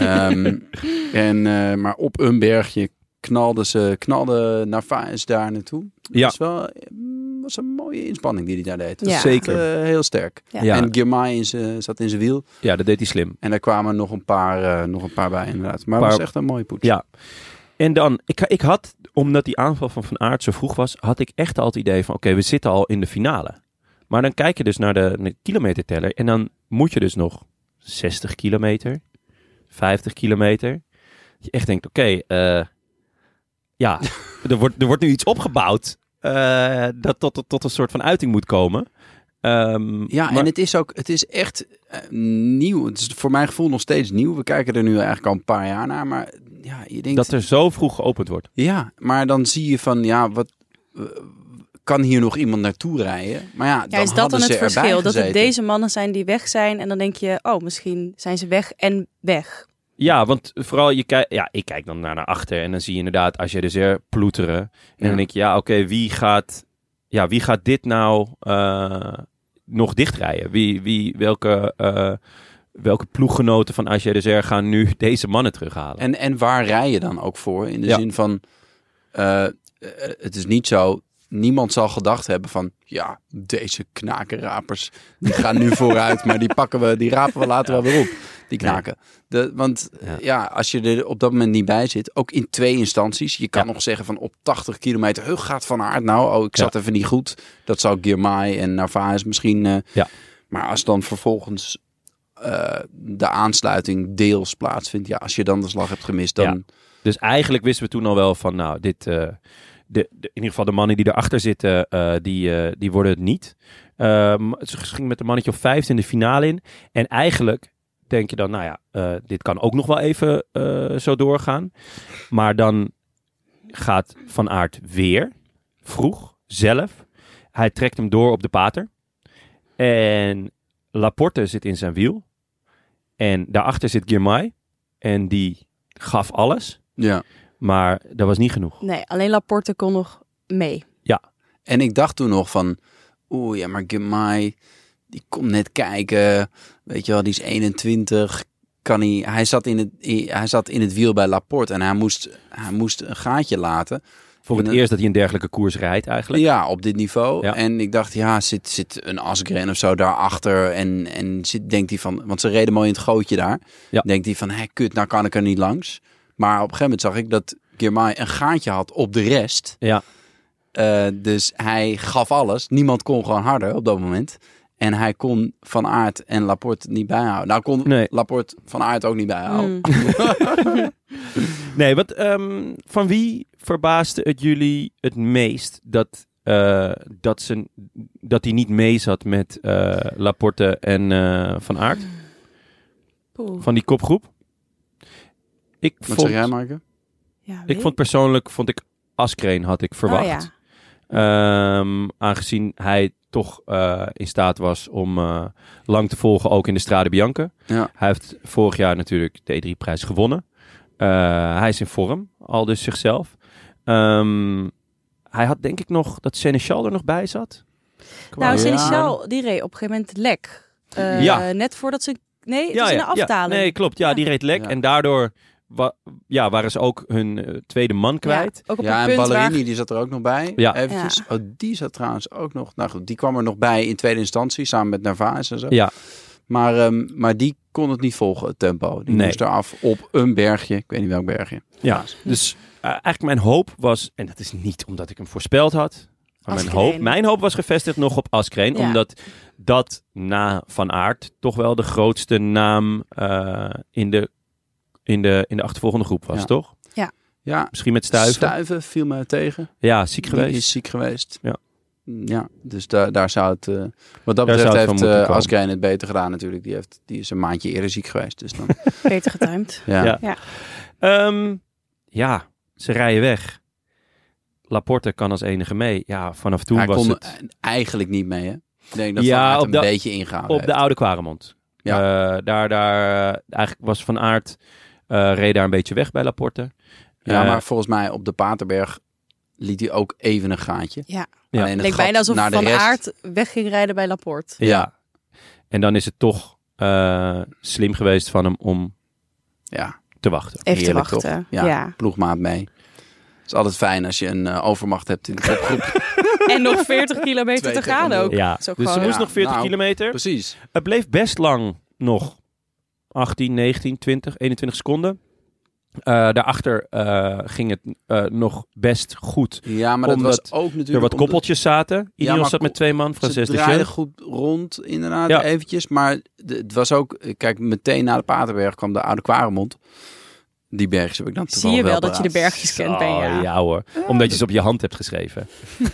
[SPEAKER 4] Maar op een bergje knalde Narvaez daar naartoe.
[SPEAKER 7] Ja.
[SPEAKER 4] Dat was een mooie inspanning die hij daar deed. Dat
[SPEAKER 3] Ja.
[SPEAKER 4] was
[SPEAKER 7] Zeker.
[SPEAKER 4] echt, heel sterk.
[SPEAKER 3] Ja.
[SPEAKER 7] Ja.
[SPEAKER 4] En Girmay zat in zijn wiel.
[SPEAKER 7] ja, dat deed hij slim.
[SPEAKER 4] En daar kwamen nog een paar bij inderdaad. Maar het was echt een mooie poets.
[SPEAKER 7] Ja. En dan, ik had, omdat die aanval van Van Aert zo vroeg was, had ik echt al het idee van, oké, we zitten al in de finale. Maar dan kijk je dus naar de kilometerteller en dan moet je dus nog 60 kilometer, 50 kilometer. Dat je echt denkt, oké, er wordt nu iets opgebouwd dat tot een soort van uiting moet komen.
[SPEAKER 4] Ja,
[SPEAKER 7] maar-
[SPEAKER 4] en het is echt nieuw. Het is voor mijn gevoel nog steeds nieuw. We kijken er nu eigenlijk al een paar jaar naar. Maar ja, je denkt...
[SPEAKER 7] Dat er zo vroeg geopend wordt.
[SPEAKER 4] Ja, maar dan zie je van, wat... kan hier nog iemand naartoe rijden? Maar ja, dan
[SPEAKER 3] Ja, is dat dan
[SPEAKER 4] hadden
[SPEAKER 3] het
[SPEAKER 4] ze erbij
[SPEAKER 3] verschil? Dat het
[SPEAKER 4] gezeten.
[SPEAKER 3] deze mannen zijn die weg zijn en dan denk je, oh, misschien zijn ze weg en weg.
[SPEAKER 7] Ja, want vooral ik kijk dan naar achter en dan zie je inderdaad als je dus er ploeteren. En
[SPEAKER 4] Ja.
[SPEAKER 7] dan denk je, oké, wie gaat dit nou nog dichtrijden? Welke ploeggenoten van AG Desert gaan nu deze mannen terughalen?
[SPEAKER 4] En waar rij je dan ook voor? In de
[SPEAKER 7] Ja.
[SPEAKER 4] zin van, het is niet zo niemand zal gedacht hebben van... Ja, deze knakenrapers, die gaan nu vooruit. Maar die rapen we later wel weer op. Die knaken. Want als je er op dat moment niet bij zit... Ook in 2 instanties. Je kan nog zeggen van op 80 kilometer... gaat Van Aert nou? Ik zat even niet goed. Dat zou Girmay en Narvaez misschien... Maar als dan vervolgens de aansluiting deels plaatsvindt... Ja, als je dan de slag hebt gemist, dan...
[SPEAKER 7] Ja. Dus eigenlijk wisten we toen al wel van... Nou, dit... in ieder geval de mannen die erachter zitten, die worden het niet. Ze ging met een mannetje of 5 in de finale in. En eigenlijk denk je dan, dit kan ook nog wel even zo doorgaan. Maar dan gaat Van Aert weer, vroeg, zelf. Hij trekt hem door op de pater. En Laporte zit in zijn wiel. En daarachter zit Girmay. En die gaf alles.
[SPEAKER 4] Ja.
[SPEAKER 7] Maar dat was niet genoeg.
[SPEAKER 3] Nee, alleen Laporte kon nog mee.
[SPEAKER 7] Ja.
[SPEAKER 4] En ik dacht toen nog van... maar Girmay, die komt net kijken. Weet je wel, die is 21. Hij zat in het wiel bij Laporte. En hij moest een gaatje laten.
[SPEAKER 7] Voor het eerst dat hij een dergelijke koers rijdt eigenlijk.
[SPEAKER 4] Ja, op dit niveau.
[SPEAKER 7] Ja.
[SPEAKER 4] En ik dacht, zit een Asgreen of zo daarachter. En denkt hij van... Want ze reden mooi in het gootje daar.
[SPEAKER 7] Ja.
[SPEAKER 4] Denkt hij van, kut, nou kan ik er niet langs. Maar op een gegeven moment zag ik dat Girmay een gaatje had op de rest.
[SPEAKER 7] Ja.
[SPEAKER 4] Dus hij gaf alles. Niemand kon gewoon harder op dat moment. En hij kon Van Aert en Laporte niet bijhouden. Nou kon Laporte Van Aert ook niet bijhouden.
[SPEAKER 7] Nee, van wie verbaasde het jullie het meest dat hij niet mee zat met Laporte en Van Aert? Van die kopgroep?
[SPEAKER 4] Wat zeg jij, Maaike?
[SPEAKER 3] Ja,
[SPEAKER 7] ik vond persoonlijk, Asgreen had ik verwacht. Aangezien hij toch in staat was om lang te volgen, ook in de Strade Bianche. Ja. Hij heeft vorig jaar natuurlijk de E3-prijs gewonnen. Hij is in vorm, al dus zichzelf. Hij had denk ik nog dat Sénéchal er nog bij zat.
[SPEAKER 3] Sénéchal, die reed op een gegeven moment lek. Net voordat ze... Nee, het is in de afdaling.
[SPEAKER 7] Nee, klopt. Ja, die reed lek. Ja. En daardoor waren ze ook hun tweede man kwijt.
[SPEAKER 3] Ja, ook op
[SPEAKER 4] en Ballerini, die zat er ook nog bij.
[SPEAKER 7] Ja.
[SPEAKER 4] Eventjes. Ja. Die zat trouwens ook nog... Nou goed, die kwam er nog bij in tweede instantie, samen met Narvaez en zo.
[SPEAKER 7] Ja.
[SPEAKER 4] Maar die kon het niet volgen, het tempo. Die moest eraf op een bergje. Ik weet niet welk bergje.
[SPEAKER 7] Ja, dus eigenlijk mijn hoop was... En dat is niet omdat ik hem voorspeld had... Maar mijn hoop was gevestigd nog op Asgreen. Ja. Omdat dat na Van Aert toch wel de grootste naam in de achtervolgende groep was, toch?
[SPEAKER 4] Ja.
[SPEAKER 7] Misschien met Stuyven.
[SPEAKER 4] Stuyven viel me tegen.
[SPEAKER 7] Ja, ziek geweest.
[SPEAKER 4] Die is ziek geweest.
[SPEAKER 7] Ja,
[SPEAKER 4] dus daar zou het... wat dat betreft heeft Asgreen het beter gedaan natuurlijk. Die is een maandje eerder ziek geweest. Dus dan...
[SPEAKER 3] Beter getimed.
[SPEAKER 7] Ze rijden weg. Laporte kan als enige mee. Ja, vanaf toen
[SPEAKER 4] hij
[SPEAKER 7] was
[SPEAKER 4] kon
[SPEAKER 7] het...
[SPEAKER 4] eigenlijk niet mee, hè? Ik denk dat Van Aert een beetje ingehaald
[SPEAKER 7] op de Oude Quaremont. Ja. Daar eigenlijk was Van Aert... reed daar een beetje weg bij Laporte.
[SPEAKER 4] Ja, maar volgens mij op de Paterberg liet hij ook even een gaatje.
[SPEAKER 3] Ja. Het leek bijna alsof Van Aert weg ging rijden bij Laporte.
[SPEAKER 7] Ja. En dan is het toch slim geweest van hem om te wachten.
[SPEAKER 3] Even heerlijk, te wachten.
[SPEAKER 4] Ja, ploegmaat mee. Het is altijd fijn als je een overmacht hebt in de kopgroep.
[SPEAKER 3] En nog 40 kilometer te gaan ook.
[SPEAKER 7] Ja, dus ze moest nog 40 kilometer.
[SPEAKER 4] Precies.
[SPEAKER 7] Het bleef best lang nog 18, 19, 20, 21 seconden. Daarachter ging het nog best goed.
[SPEAKER 4] Ja, maar dat was ook natuurlijk...
[SPEAKER 7] er wat koppeltjes zaten. Ineos zat met 2 man. Frances
[SPEAKER 4] de draaide goed rond, inderdaad, eventjes. Maar het was ook... Kijk, meteen na de Paterberg kwam de Oude Quaremont. Die bergjes heb ik dan toevallig
[SPEAKER 3] Zie je wel dat je de bergjes kent, ben je?
[SPEAKER 7] Ja hoor, omdat je ze op je hand hebt geschreven.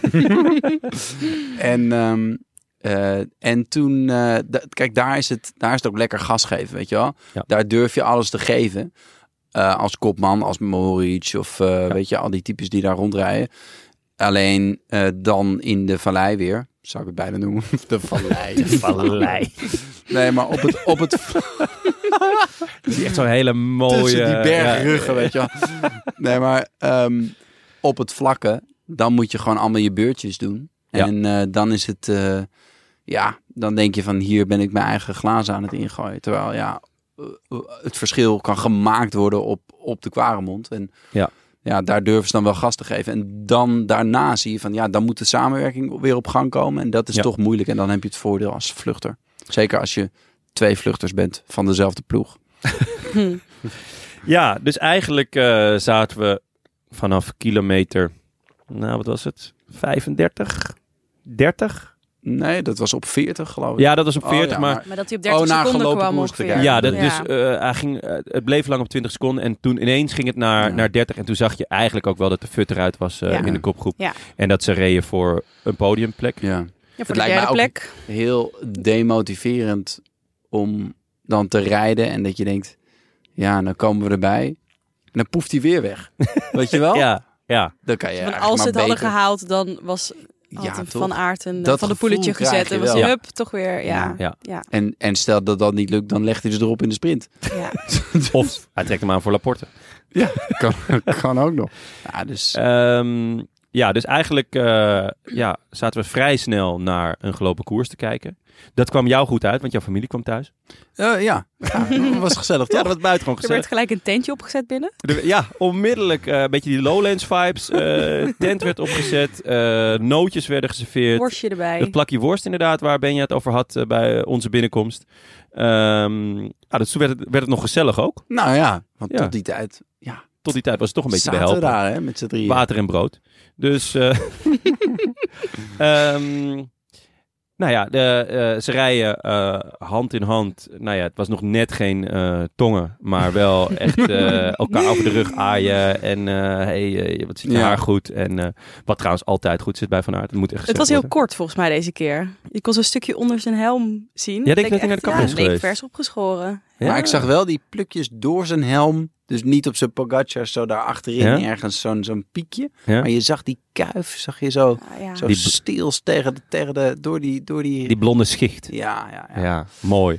[SPEAKER 4] En toen... kijk, daar is het ook lekker gas geven, weet je wel.
[SPEAKER 7] Ja.
[SPEAKER 4] Daar durf je alles te geven. Als kopman, als Mohoric of weet je, al die types die daar rondrijden. Alleen dan in de vallei weer, zou ik het bijna noemen. De vallei.
[SPEAKER 7] De vallei.
[SPEAKER 4] Nee, maar op het
[SPEAKER 7] dat is echt zo'n hele mooie...
[SPEAKER 4] Tussen die bergruggen, weet je wel. Nee, maar op het vlakke, dan moet je gewoon allemaal je beurtjes doen. En dan is het... dan denk je van, hier ben ik mijn eigen glazen aan het ingooien. Terwijl, het verschil kan gemaakt worden op de Quaremont. En daar durven ze dan wel gas te geven. En dan daarna zie je van, dan moet de samenwerking weer op gang komen. En dat is toch moeilijk. En dan heb je het voordeel als vluchter. Zeker als je 2 vluchters bent van dezelfde ploeg.
[SPEAKER 7] Ja, dus eigenlijk zaten we vanaf kilometer, wat was het? 35? 30?
[SPEAKER 4] Nee, dat was op 40 geloof ik.
[SPEAKER 7] Ja, dat was op 40,
[SPEAKER 3] Maar dat hij op 30 seconden kwam ongeveer.
[SPEAKER 7] Ja, dus hij ging, het bleef lang op 20 seconden en toen ineens ging het naar 30. En toen zag je eigenlijk ook wel dat de fut eruit was in de kopgroep. Ja. En dat ze reden voor een podiumplek.
[SPEAKER 3] Ja, voor de derde plek.
[SPEAKER 4] Heel demotiverend om dan te rijden en dat je denkt, dan komen we erbij. En dan poeft hij weer weg. Weet je wel?
[SPEAKER 7] Ja.
[SPEAKER 4] Dan kan je
[SPEAKER 3] als ze het hadden gehaald, dan was Van Aert en Van de Poeletje gezet. En was hij toch weer, ja.
[SPEAKER 4] En stel dat dat niet lukt, dan legt hij ze erop in de sprint.
[SPEAKER 3] Ja.
[SPEAKER 7] Of hij trekt hem aan voor Laporte.
[SPEAKER 4] Ja, kan ook nog.
[SPEAKER 7] Ja, dus eigenlijk zaten we vrij snel naar een gelopen koers te kijken. Dat kwam jou goed uit, want jouw familie kwam thuis.
[SPEAKER 4] Dat was gezellig, toch?
[SPEAKER 7] Ja, dat was buitengewoon gezellig.
[SPEAKER 3] Er werd gelijk een tentje opgezet binnen.
[SPEAKER 7] Ja, onmiddellijk een beetje die Lowlands vibes. Tent werd opgezet, nootjes werden geserveerd.
[SPEAKER 3] Worstje erbij.
[SPEAKER 7] Het plakje worst inderdaad, waar Benja het over had bij onze binnenkomst. Dus toen werd het nog gezellig ook.
[SPEAKER 4] Nou ja, want tot die tijd...
[SPEAKER 7] Tot die tijd was het toch een beetje
[SPEAKER 4] zaten
[SPEAKER 7] behelpen.
[SPEAKER 4] Daar, hè, met z'n drieën.
[SPEAKER 7] Water en brood. Dus... ze rijden hand in hand. Het was nog net geen tongen, maar wel echt elkaar over de rug aaien. En wat zit je haar goed? En wat trouwens altijd goed zit bij Van Aert.
[SPEAKER 3] Het was heel kort volgens mij deze keer. Je kon zo'n stukje onder zijn helm zien.
[SPEAKER 7] Ja, denk dat hij naar de kapper is geweest.
[SPEAKER 3] Vers opgeschoren.
[SPEAKER 4] Ja. Maar ik zag wel die plukjes door zijn helm. Dus niet op zijn Pogacar, zo daar achterin ergens zo'n piekje. Ja. Maar je zag die kuif, zag je zo die steels door die
[SPEAKER 7] blonde schicht.
[SPEAKER 4] Ja,
[SPEAKER 7] mooi.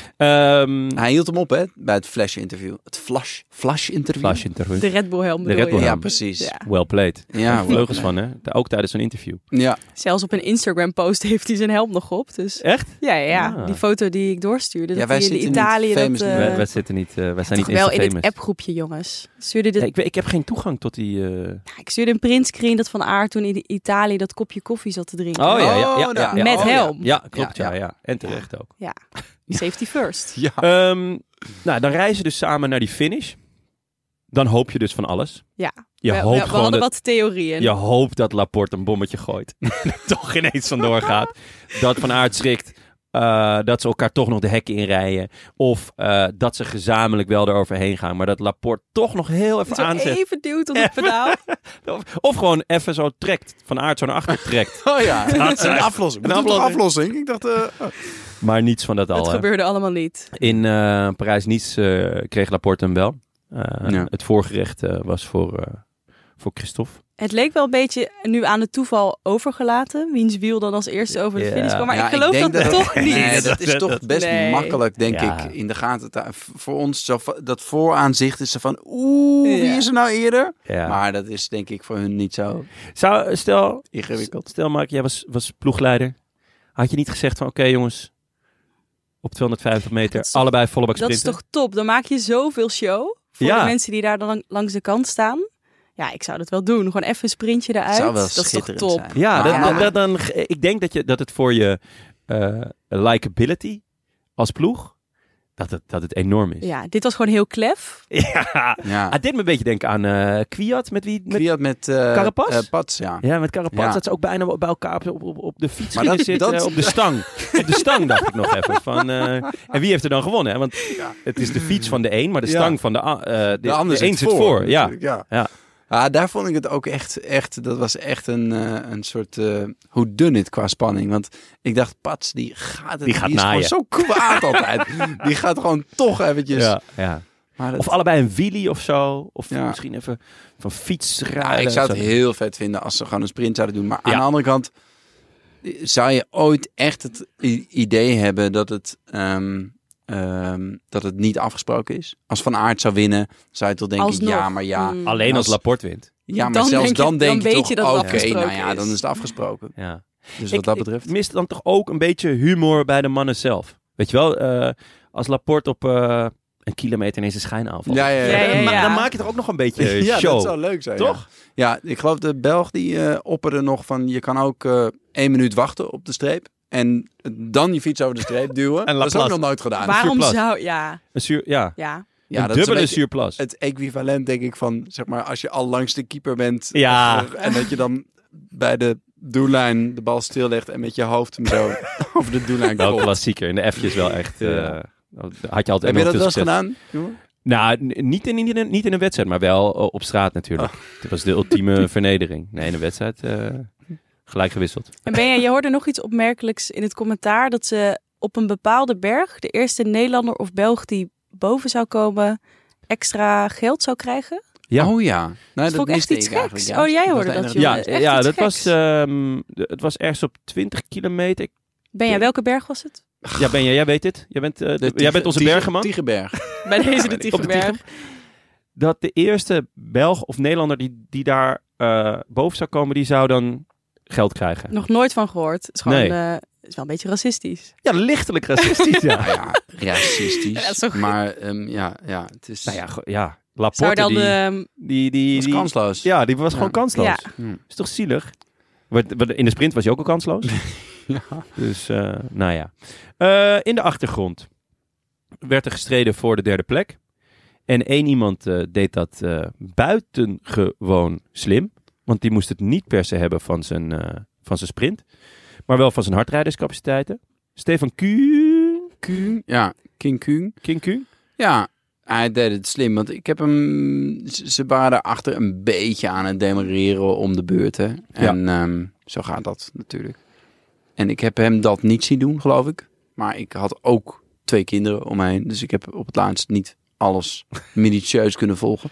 [SPEAKER 4] Hij hield hem op, hè, bij het flash-interview. Het flash-interview.
[SPEAKER 3] De Red Bull helm.
[SPEAKER 4] Ja, precies.
[SPEAKER 7] Ja. Well played.
[SPEAKER 4] Ja,
[SPEAKER 7] vleugels van, hè? Ook tijdens zo'n interview.
[SPEAKER 4] Ja.
[SPEAKER 3] Zelfs op een Instagram-post heeft hij zijn helm nog op. Dus...
[SPEAKER 7] Echt?
[SPEAKER 3] Ja. Die foto die ik doorstuurde.
[SPEAKER 4] Ja, wij zitten in Italië.
[SPEAKER 7] Wij zitten niet. Wij zijn niet
[SPEAKER 3] wel
[SPEAKER 7] in
[SPEAKER 3] het appgroepje, jongens.
[SPEAKER 7] Ik heb geen toegang tot die.
[SPEAKER 3] Ik stuurde een printscreen dat Van Aert toen in Italië dat kopje koffie zat te drinken.
[SPEAKER 7] Ja.
[SPEAKER 3] Met helm.
[SPEAKER 7] Ja, klopt. Ja. En terecht ook.
[SPEAKER 3] Ja. Safety first.
[SPEAKER 4] Ja.
[SPEAKER 7] Dan reizen dus samen naar die finish. Dan hoop je dus van alles.
[SPEAKER 3] Ja.
[SPEAKER 7] We
[SPEAKER 3] hadden wat theorieën.
[SPEAKER 7] Je hoopt dat Laporte een bommetje gooit. Toch ineens vandoor gaat. Dat Van Aert schrikt. Dat ze elkaar toch nog de hekken inrijden. Of dat ze gezamenlijk wel eroverheen gaan. Maar dat Laporte toch nog heel even aanzet.
[SPEAKER 3] Even duwt op het pedaal.
[SPEAKER 7] Of gewoon even zo trekt. Van Aert zo naar achter trekt.
[SPEAKER 4] Oh ja, dat is een aflossing. Ik dacht...
[SPEAKER 7] Maar niets van dat al.
[SPEAKER 3] Het gebeurde allemaal niet.
[SPEAKER 7] In Parijs-Nice kreeg Laporte hem wel. Het voorgerecht was voor Christophe.
[SPEAKER 3] Het leek wel een beetje nu aan het toeval overgelaten. Wiens wiel dan als eerste over de finish kwam. Maar ik geloof dat toch niet.
[SPEAKER 4] Nee, dat is toch best makkelijk, denk ik, in de gaten. Voor ons, zo, dat vooraanzicht is van... wie is er nou eerder? Ja. Maar dat is denk ik voor hun niet zo
[SPEAKER 7] Stel,
[SPEAKER 4] ingewikkeld.
[SPEAKER 7] Stel, Mark, jij was ploegleider. Had je niet gezegd van, oké, jongens... op 250 meter, allebei volle bak sprinten?
[SPEAKER 3] Dat is toch top? Dan maak je zoveel show voor de mensen die daar dan langs de kant staan. Ja, ik zou dat wel doen. Gewoon even een sprintje eruit.
[SPEAKER 4] Zou wel
[SPEAKER 3] dat is toch top?
[SPEAKER 4] zijn.
[SPEAKER 7] Ja, dan, ik denk dat het voor je likability als ploeg, dat het enorm is.
[SPEAKER 3] Ja, dit was gewoon heel klef.
[SPEAKER 7] Ja. Het deed me een beetje denken aan Kwiat.
[SPEAKER 4] Kwiat met
[SPEAKER 7] Carapaz?
[SPEAKER 4] Pats, ja.
[SPEAKER 7] Ja, met Carapaz. Dat ze ook bijna bij elkaar op de fiets gingen zitten. Op de stang. Op de stang dacht ik nog even. En wie heeft er dan gewonnen? Hè? Want het is de fiets van de een, maar de stang van de ander zit voor. Ja.
[SPEAKER 4] Daar vond ik het ook echt dat was echt een soort whodunit qua spanning. Want ik dacht, Pats, die is gewoon zo kwaad altijd. Die gaat gewoon toch eventjes...
[SPEAKER 7] Ja. Of allebei een wheelie of zo. Of misschien even van fiets rijden.
[SPEAKER 4] Ik zou het heel vet vinden als ze gewoon een sprint zouden doen. Maar aan de andere kant, zou je ooit echt het idee hebben dat het niet afgesproken is? Als Van Aert zou winnen, zou je toch denken,
[SPEAKER 7] Alleen als Laporte wint.
[SPEAKER 4] Ja, maar zelfs dan denk je toch, oké, dan is het afgesproken.
[SPEAKER 7] Ja.
[SPEAKER 4] Dus wat dat betreft...
[SPEAKER 7] Ik mis dan toch ook een beetje humor bij de mannen zelf. Weet je wel, als Laporte op een kilometer ineens een schijn aanvalt.
[SPEAKER 3] Ja.
[SPEAKER 7] Dan maak je toch ook nog een beetje
[SPEAKER 4] Ja,
[SPEAKER 7] show.
[SPEAKER 4] dat zou leuk zijn.
[SPEAKER 7] Toch?
[SPEAKER 4] Ja, ik geloof de Belg die opperde nog van... je kan ook 1 minuut wachten op de streep... en dan je fiets over de streep duwen.
[SPEAKER 7] En
[SPEAKER 4] Dat is ook
[SPEAKER 7] Laplace.
[SPEAKER 4] nog nooit gedaan.
[SPEAKER 3] Waarom
[SPEAKER 7] surplus.
[SPEAKER 3] zou... Ja.
[SPEAKER 7] Ja.
[SPEAKER 4] Ja,
[SPEAKER 7] Een
[SPEAKER 4] dat is
[SPEAKER 7] dubbele
[SPEAKER 4] beetje
[SPEAKER 7] surplus.
[SPEAKER 4] het equivalent, denk ik, van... zeg maar, als je al langs de keeper bent...
[SPEAKER 7] Ja.
[SPEAKER 4] en dat je dan bij de doellijn de bal stillegt... en met je hoofd hem zo over de doellijn
[SPEAKER 7] Wel
[SPEAKER 4] komt.
[SPEAKER 7] klassieker. In de F'jes wel echt.
[SPEAKER 4] Ja.
[SPEAKER 7] Had je altijd
[SPEAKER 4] Heb je
[SPEAKER 7] enorm
[SPEAKER 4] dat
[SPEAKER 7] veel
[SPEAKER 4] wel eens
[SPEAKER 7] succes.
[SPEAKER 4] gedaan, jongen?
[SPEAKER 7] Nou, niet in een wedstrijd, maar wel op straat natuurlijk. Het was de ultieme vernedering. Nee, in een wedstrijd gelijk gewisseld.
[SPEAKER 3] En Benja, je hoorde nog iets opmerkelijks in het commentaar... dat ze op een bepaalde berg... de eerste Nederlander of Belg die boven zou komen... extra geld zou krijgen.
[SPEAKER 7] Ja.
[SPEAKER 4] Oh ja. Nou,
[SPEAKER 3] vond ik echt
[SPEAKER 4] miste
[SPEAKER 3] iets
[SPEAKER 4] ik eigenlijk
[SPEAKER 3] geks.
[SPEAKER 4] juist.
[SPEAKER 3] Oh, jij
[SPEAKER 4] Dat
[SPEAKER 3] hoorde
[SPEAKER 4] was de
[SPEAKER 3] dat,
[SPEAKER 4] enige-
[SPEAKER 3] joh.
[SPEAKER 7] Ja,
[SPEAKER 3] echt
[SPEAKER 7] ja,
[SPEAKER 3] iets
[SPEAKER 7] dat
[SPEAKER 3] geks.
[SPEAKER 7] het was ergens op 20 kilometer.
[SPEAKER 3] Benja, welke berg was het?
[SPEAKER 7] Ja, Benja, jij weet het. Jij bent onze bergenman.
[SPEAKER 4] Tiegenberg.
[SPEAKER 3] Bij deze de
[SPEAKER 7] Op de
[SPEAKER 3] Tiegenberg.
[SPEAKER 7] Dat de eerste Belg of Nederlander die daar boven zou komen, die zou dan geld krijgen.
[SPEAKER 3] Nog nooit van gehoord. Het is gewoon...
[SPEAKER 7] Nee.
[SPEAKER 3] het is wel een beetje racistisch.
[SPEAKER 7] Ja, lichtelijk racistisch. Ja.
[SPEAKER 4] Nou ja, racistisch.
[SPEAKER 3] Ja, dat is toch-
[SPEAKER 4] Maar het is...
[SPEAKER 7] Nou ja,
[SPEAKER 3] Zou
[SPEAKER 7] Laporte
[SPEAKER 3] dan...
[SPEAKER 7] die
[SPEAKER 4] was kansloos.
[SPEAKER 7] Ja, die was gewoon
[SPEAKER 4] Ja.
[SPEAKER 7] kansloos.
[SPEAKER 3] Ja.
[SPEAKER 7] Is toch zielig? In de sprint was hij ook al kansloos.
[SPEAKER 4] Ja.
[SPEAKER 7] Dus, nou ja. In de achtergrond werd er gestreden voor de derde plek. En 1 iemand deed dat buitengewoon slim. Want die moest het niet per se hebben van zijn sprint. Maar wel van zijn hardrijderscapaciteiten. Stefan
[SPEAKER 4] Kuhn. Ja, King Kuhn.
[SPEAKER 7] King Kuhn.
[SPEAKER 4] Ja, hij deed het slim. Want ik heb hem... Ze waren achter een beetje aan het demareren om de beurt. Hè? En zo gaat dat natuurlijk. En ik heb hem dat niet zien doen, geloof ik. Maar ik had ook 2 kinderen om me heen. Dus ik heb op het laatst niet alles minutieus kunnen volgen.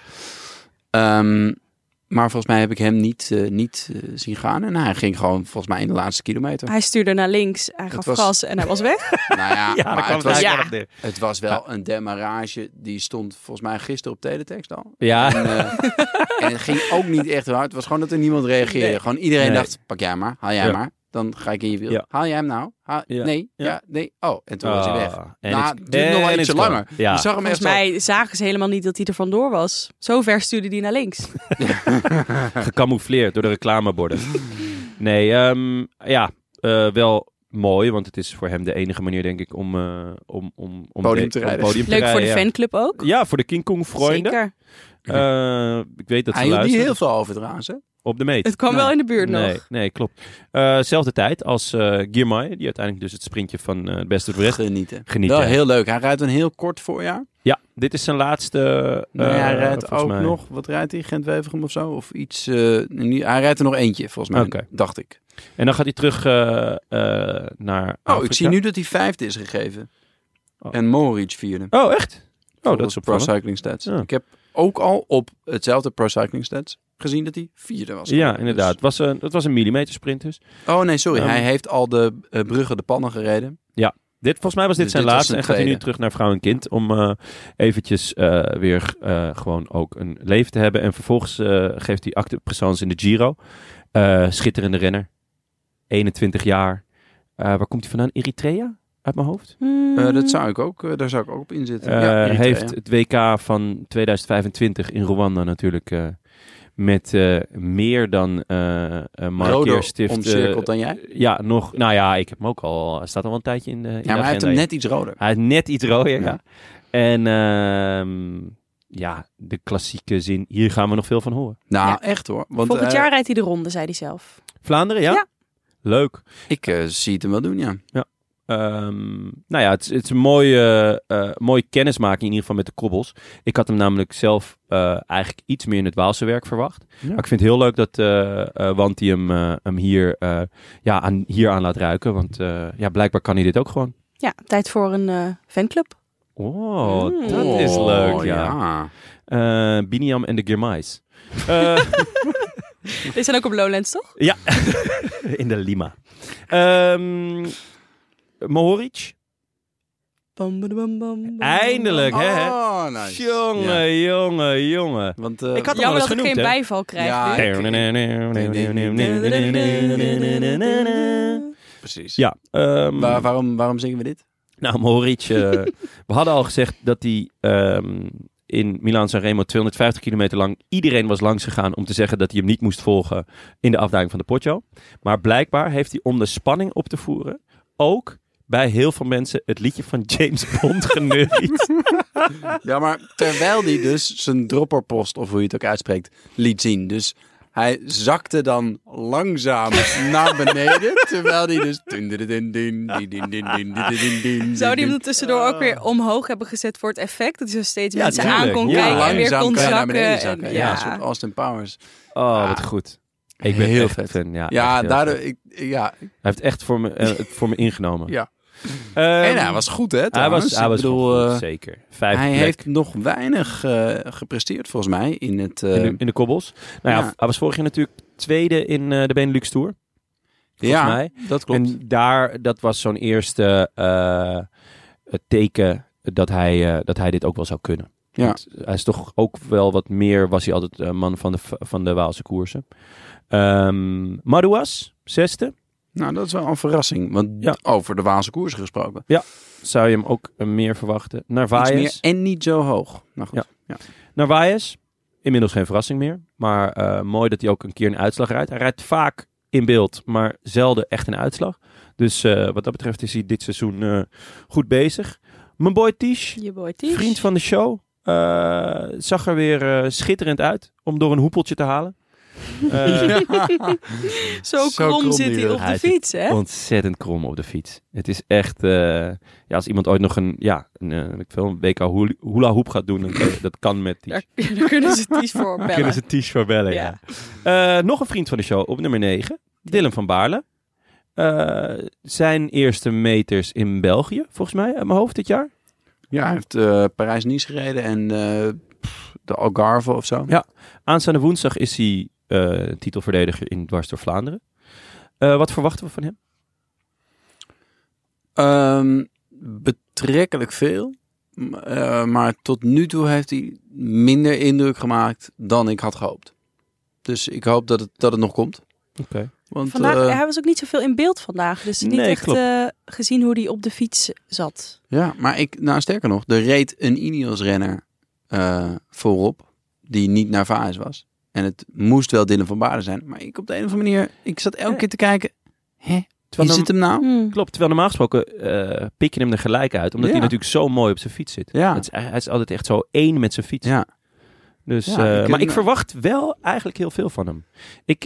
[SPEAKER 4] Maar volgens mij heb ik hem niet zien gaan. En hij ging gewoon volgens mij in de laatste kilometer.
[SPEAKER 3] Hij stuurde naar links, hij gaf
[SPEAKER 7] was-
[SPEAKER 3] gas en hij was weg.
[SPEAKER 4] Nou ja,
[SPEAKER 7] Ja, daar
[SPEAKER 4] maar
[SPEAKER 7] kwam
[SPEAKER 4] het was,
[SPEAKER 3] Ja.
[SPEAKER 7] op neer.
[SPEAKER 4] het was wel een demarrage. Die stond volgens mij gisteren op teletext al.
[SPEAKER 7] Ja.
[SPEAKER 4] En het ging ook niet echt hard. Het was gewoon dat er niemand reageerde.
[SPEAKER 3] Nee.
[SPEAKER 4] Gewoon iedereen
[SPEAKER 7] Nee.
[SPEAKER 4] dacht, pak jij maar, haal jij
[SPEAKER 7] Ja.
[SPEAKER 4] maar. Dan ga ik in je wiel.
[SPEAKER 7] Ja.
[SPEAKER 4] Haal jij hem nou?
[SPEAKER 7] Ja.
[SPEAKER 4] Nee,
[SPEAKER 7] Ja.
[SPEAKER 4] nee. Oh, en toen was hij weg.
[SPEAKER 7] En
[SPEAKER 4] Nou,
[SPEAKER 7] het-
[SPEAKER 4] het duurde nog wel
[SPEAKER 7] en
[SPEAKER 4] ietsje
[SPEAKER 7] het kwam.
[SPEAKER 4] langer.
[SPEAKER 7] Ja.
[SPEAKER 4] Je zag hem
[SPEAKER 3] Volgens
[SPEAKER 4] echt zo.
[SPEAKER 3] mij zagen ze helemaal niet dat hij er vandoor was. Zo ver stuurde hij naar links.
[SPEAKER 7] Gecamoufleerd door de reclameborden. Nee, wel mooi, want het is voor hem de enige manier, denk ik, om
[SPEAKER 4] Podium te rijden.
[SPEAKER 3] Leuk voor de
[SPEAKER 7] ja.
[SPEAKER 3] fanclub ook.
[SPEAKER 7] Ja, voor de King Kong vrienden.
[SPEAKER 3] Zeker.
[SPEAKER 7] Ik weet dat ze
[SPEAKER 4] Hij hield niet
[SPEAKER 7] luisteren.
[SPEAKER 4] heel veel over trouwens. Hè?
[SPEAKER 7] Op de meet.
[SPEAKER 3] Het kwam wel in de buurt
[SPEAKER 7] Nee,
[SPEAKER 3] nog.
[SPEAKER 7] nee, klopt. Zelfde tijd als Girmay, die uiteindelijk dus het sprintje van het beste voor de rest geniet.
[SPEAKER 4] Wel
[SPEAKER 7] Ja.
[SPEAKER 4] heel leuk. Hij rijdt een heel kort voorjaar.
[SPEAKER 7] Ja, dit is zijn laatste.
[SPEAKER 4] Hij rijdt
[SPEAKER 7] volgens
[SPEAKER 4] ook
[SPEAKER 7] mij.
[SPEAKER 4] nog, wat rijdt hij? Gent-Wevelgem of zo? Of iets. Hij rijdt er nog eentje, volgens mij.
[SPEAKER 7] Oké.
[SPEAKER 4] Dacht ik.
[SPEAKER 7] En dan gaat hij terug naar.
[SPEAKER 4] Oh,
[SPEAKER 7] Afrika.
[SPEAKER 4] ik zie nu dat hij 5e is gegeven.
[SPEAKER 7] Oh.
[SPEAKER 4] En Mohoric 4e.
[SPEAKER 7] Oh, echt? Oh, dat is
[SPEAKER 4] Pro
[SPEAKER 7] opvallend.
[SPEAKER 4] Cycling Stats.
[SPEAKER 7] Ja.
[SPEAKER 4] Ik heb ook al op hetzelfde Pro Cycling Stats gezien dat hij 4e was.
[SPEAKER 7] Ja,
[SPEAKER 4] geworden.
[SPEAKER 7] inderdaad.
[SPEAKER 4] Dus-
[SPEAKER 7] Het was een millimetersprint dus.
[SPEAKER 4] Oh nee, sorry.
[SPEAKER 7] Ehm,
[SPEAKER 4] Hij heeft al de bruggen de pannen gereden.
[SPEAKER 7] Volgens mij was dit
[SPEAKER 4] Dus
[SPEAKER 7] zijn
[SPEAKER 4] dit was
[SPEAKER 7] laatste.
[SPEAKER 4] zijn
[SPEAKER 7] En gaat hij nu
[SPEAKER 4] tweede.
[SPEAKER 7] terug naar vrouw en kind. Om eventjes weer gewoon ook een leven te hebben. En vervolgens geeft hij acte présence in de Giro. Schitterende renner. 21 jaar. Waar komt hij vandaan? Eritrea? Uit mijn hoofd.
[SPEAKER 4] Dat zou ik ook, daar zou ik ook op inzitten.
[SPEAKER 7] Heeft het WK van 2025 in Rwanda natuurlijk met meer dan markeerstift.
[SPEAKER 4] omcirkeld dan jij.
[SPEAKER 7] Ja, nog. Nou ja, ik heb hem ook al. Hij staat al een tijdje in de
[SPEAKER 4] Ja, maar hij heeft
[SPEAKER 7] agenda.
[SPEAKER 4] hem net iets roder.
[SPEAKER 7] Hij is net iets rooier, ja.
[SPEAKER 4] Ja.
[SPEAKER 7] En de klassieke zin, hier gaan we nog veel van horen.
[SPEAKER 4] Nou,
[SPEAKER 3] Ja.
[SPEAKER 4] echt hoor. Want,
[SPEAKER 3] Volgend jaar rijdt hij de ronde, zei hij zelf.
[SPEAKER 7] Vlaanderen, ja?
[SPEAKER 3] Ja.
[SPEAKER 7] Leuk.
[SPEAKER 4] Ik zie het hem wel doen, ja.
[SPEAKER 7] Het is een mooie kennismaking in ieder geval met de kobbels. Ik had hem namelijk zelf eigenlijk iets meer in het Waalse werk verwacht.
[SPEAKER 4] Ja.
[SPEAKER 7] Maar ik vind het heel leuk dat Wanty hem hier aan laat ruiken. Want blijkbaar kan hij dit ook gewoon.
[SPEAKER 3] Ja, tijd voor een fanclub.
[SPEAKER 7] Oh, dat is leuk, ja. Biniam en de Girmais.
[SPEAKER 3] Deze zijn ook op Lowlands, toch?
[SPEAKER 7] Ja, in de Lima. Mohoric.
[SPEAKER 3] Bam, bam, bam, bam.
[SPEAKER 7] Eindelijk, hè?
[SPEAKER 4] Oh, nice.
[SPEAKER 7] Jongen.
[SPEAKER 4] Want,
[SPEAKER 7] Ik had hem al
[SPEAKER 3] Jammer
[SPEAKER 7] eens
[SPEAKER 3] dat ik
[SPEAKER 7] genoemd,
[SPEAKER 3] geen
[SPEAKER 7] hè?
[SPEAKER 3] bijval krijg
[SPEAKER 4] Ja,
[SPEAKER 3] nu.
[SPEAKER 4] precies.
[SPEAKER 7] Ja,
[SPEAKER 4] Waarom zingen we dit?
[SPEAKER 7] Nou, Mohoric, we hadden al gezegd dat hij in Milaan-San Remo 250 kilometer lang iedereen was langs gegaan om te zeggen dat hij hem niet moest volgen in de afdaling van de Poggio. Maar blijkbaar heeft hij, om de spanning op te voeren, ook bij heel veel mensen het liedje van James Bond geneuried.
[SPEAKER 4] Ja, maar terwijl hij dus zijn dropperpost, of hoe je het ook uitspreekt, liet zien. Dus hij zakte dan langzaam naar beneden, terwijl hij dus...
[SPEAKER 3] Zou die hem er tussendoor ook weer omhoog hebben gezet voor het effect? Dat hij zo steeds mensen
[SPEAKER 7] tuurlijk.
[SPEAKER 3] aan kon
[SPEAKER 7] Ja,
[SPEAKER 3] kijken en weer
[SPEAKER 4] langzaam
[SPEAKER 3] kon
[SPEAKER 4] kan je naar
[SPEAKER 3] zakken.
[SPEAKER 4] beneden zakken.
[SPEAKER 3] En,
[SPEAKER 4] Ja, een soort Austin Powers.
[SPEAKER 7] Oh, wat goed. Ik ben
[SPEAKER 4] Heel
[SPEAKER 7] echt
[SPEAKER 4] vet.
[SPEAKER 7] fan. Ja,
[SPEAKER 4] Ja,
[SPEAKER 7] echt heel
[SPEAKER 4] daardoor...
[SPEAKER 7] vet.
[SPEAKER 4] Ja.
[SPEAKER 7] Hij heeft echt het voor me ingenomen.
[SPEAKER 4] Ja.
[SPEAKER 7] En
[SPEAKER 4] En hij was goed, hè?
[SPEAKER 7] Hij
[SPEAKER 4] trouwens.
[SPEAKER 7] was
[SPEAKER 4] Ik bedoel,
[SPEAKER 7] gewoon goed, zeker. Vijfde
[SPEAKER 4] hij
[SPEAKER 7] plek
[SPEAKER 4] heeft nog weinig gepresteerd, volgens mij, in het...
[SPEAKER 7] in de kobbels. Nou ja,
[SPEAKER 4] ja.
[SPEAKER 7] hij was vorig jaar natuurlijk tweede in de Benelux Tour. Volgens mij.
[SPEAKER 4] dat klopt.
[SPEAKER 7] En dat was zo'n eerste teken dat hij dit ook wel zou kunnen.
[SPEAKER 4] Ja.
[SPEAKER 7] Want hij is toch ook wel wat meer, was hij altijd man van de Waalse koersen. Madouas, zesde.
[SPEAKER 4] Nou, dat is wel een verrassing. Want
[SPEAKER 7] Ja.
[SPEAKER 4] over de Waalse koers gesproken.
[SPEAKER 7] Zou je hem ook meer verwachten.
[SPEAKER 4] Iets
[SPEAKER 7] Narvaez.
[SPEAKER 4] meer en niet zo hoog. Nou goed. Ja.
[SPEAKER 7] Narvaez, inmiddels geen verrassing meer. Maar mooi dat hij ook een keer een uitslag rijdt. Hij rijdt vaak in beeld, maar zelden echt een uitslag. Dus wat dat betreft is hij dit seizoen goed bezig. Mijn boy Tish,
[SPEAKER 3] Je boy Tish.
[SPEAKER 7] vriend van de show, zag er weer schitterend uit om door een hoepeltje te halen.
[SPEAKER 3] Zo krom zit hij op
[SPEAKER 7] Hij
[SPEAKER 3] de
[SPEAKER 7] zit
[SPEAKER 3] fiets, hè?
[SPEAKER 7] Ontzettend krom op de fiets. Het is echt... als iemand ooit nog een WK hula hoop gaat doen, dan dat kan met Tish.
[SPEAKER 3] Daar kunnen ze Tish voor bellen.
[SPEAKER 7] Kunnen ze Tish voor bellen, ja. Nog een vriend van de show op nummer 9. Dylan van Baarle. Zijn eerste meters in België, volgens mij, uit mijn hoofd dit jaar.
[SPEAKER 4] Ja, hij heeft Parijs-Nice gereden en de Algarve of zo.
[SPEAKER 7] Ja. Aanstaande woensdag is hij titelverdediger in Dwars door Vlaanderen. Wat verwachten we van hem?
[SPEAKER 4] Betrekkelijk veel. Maar tot nu toe heeft hij minder indruk gemaakt dan ik had gehoopt. Dus ik hoop dat het nog komt.
[SPEAKER 7] Oké.
[SPEAKER 4] Want,
[SPEAKER 3] Hij was ook niet zoveel in beeld vandaag. Dus niet
[SPEAKER 7] Nee,
[SPEAKER 3] echt gezien hoe hij op de fiets zat.
[SPEAKER 4] Ja, maar sterker nog, er reed een Ineos-renner voorop die niet Narvaez was. En het moest wel Dylan van Baarle zijn. Maar ik op de een of andere manier, ik zat elke keer te kijken. Wie zit hem nou?
[SPEAKER 7] Klopt, terwijl normaal gesproken pik je hem er gelijk uit. Omdat hij natuurlijk zo mooi op zijn fiets zit.
[SPEAKER 4] Ja.
[SPEAKER 7] Hij is altijd echt zo één met zijn fiets.
[SPEAKER 4] Ja.
[SPEAKER 7] Dus,
[SPEAKER 4] Ja,
[SPEAKER 7] maar ik verwacht wel eigenlijk heel veel van hem.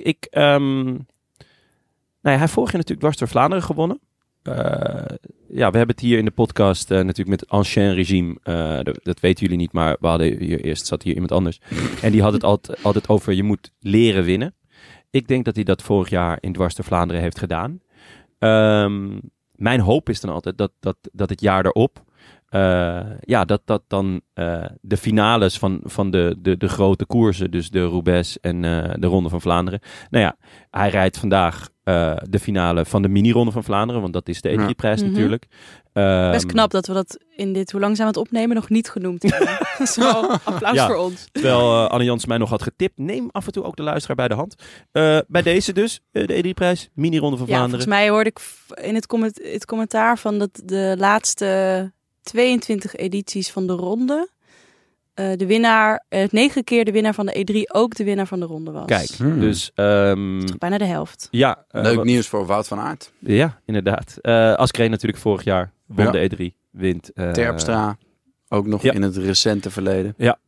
[SPEAKER 7] Hij heeft vorig jaar natuurlijk Dwars door Vlaanderen gewonnen. We hebben het hier in de podcast natuurlijk met Ancien Regime. Dat weten jullie niet, maar we hadden eerst zat hier iemand anders. En die had het altijd over je moet leren winnen. Ik denk dat hij dat vorig jaar in Dwars door Vlaanderen heeft gedaan. Mijn hoop is dan altijd dat het jaar erop... dat dan de finales van de grote koersen, dus de Roubaix en de Ronde van Vlaanderen. Nou ja, hij rijdt vandaag de finale van de mini-Ronde van Vlaanderen, want dat is de E3-prijs natuurlijk.
[SPEAKER 3] Best knap dat we dat in dit Hoe Lang Zijn we het opnemen nog niet genoemd hebben. Zo, applaus voor ons.
[SPEAKER 7] Terwijl Anne Jans mij nog had getipt, neem af en toe ook de luisteraar bij de hand. Bij deze dus, de E3-prijs, mini-Ronde van Vlaanderen.
[SPEAKER 3] Volgens mij hoorde ik in het commentaar van dat de laatste 22 edities van de ronde de winnaar, 9 keer de winnaar van de E3 ook de winnaar van de ronde was.
[SPEAKER 7] Kijk, dus...
[SPEAKER 3] bijna de helft.
[SPEAKER 7] Ja,
[SPEAKER 4] leuk nieuws voor Wout van Aert.
[SPEAKER 7] Ja, inderdaad. Askreen natuurlijk vorig jaar won de E3, wint.
[SPEAKER 4] Terpstra, ook nog in het recente verleden.
[SPEAKER 7] Ja.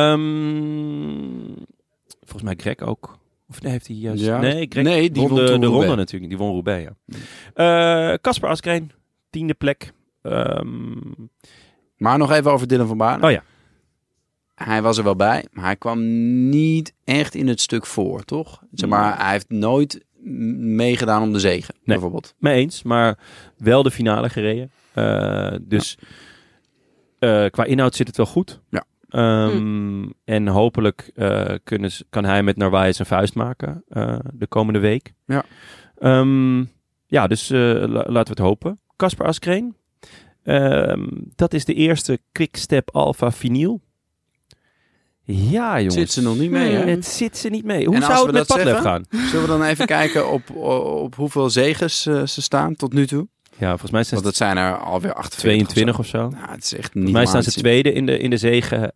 [SPEAKER 7] Volgens mij Greg ook. Of nee, heeft hij juist...
[SPEAKER 4] Ja.
[SPEAKER 7] Nee, Greg
[SPEAKER 4] die
[SPEAKER 7] won
[SPEAKER 4] won
[SPEAKER 7] de ronde natuurlijk. Die won Roubaix, ja. Kasper Askreen, 10e plek.
[SPEAKER 4] Maar nog even over Dylan van Baarle.
[SPEAKER 7] Oh ja.
[SPEAKER 4] Hij was er wel bij, maar hij kwam niet echt in het stuk voor, toch? Zeg maar, hij heeft nooit meegedaan om de zege, bijvoorbeeld.
[SPEAKER 7] Mee eens, maar wel de finale gereden. Qua inhoud zit het wel goed.
[SPEAKER 4] Ja.
[SPEAKER 7] En hopelijk kan hij met Narvaez een vuist maken de komende week.
[SPEAKER 4] Ja.
[SPEAKER 7] Dus laten we het hopen. Kasper Askreen. Dat is de eerste Quickstep Alpha Vinyl. Ja, jongens.
[SPEAKER 4] Zit ze nog niet mee, hè?
[SPEAKER 7] Het zit ze niet mee. Hoe zou het met Padlef gaan?
[SPEAKER 4] Zullen we dan even kijken op hoeveel zeges ze staan tot nu toe?
[SPEAKER 7] Ja, volgens mij zijn
[SPEAKER 4] Want
[SPEAKER 7] ze
[SPEAKER 4] dat zijn er alweer 48
[SPEAKER 7] 22 of zo.
[SPEAKER 4] Nou, het is echt niet
[SPEAKER 7] Volgens mij staan ze
[SPEAKER 4] normaal.
[SPEAKER 7] tweede in de zegen...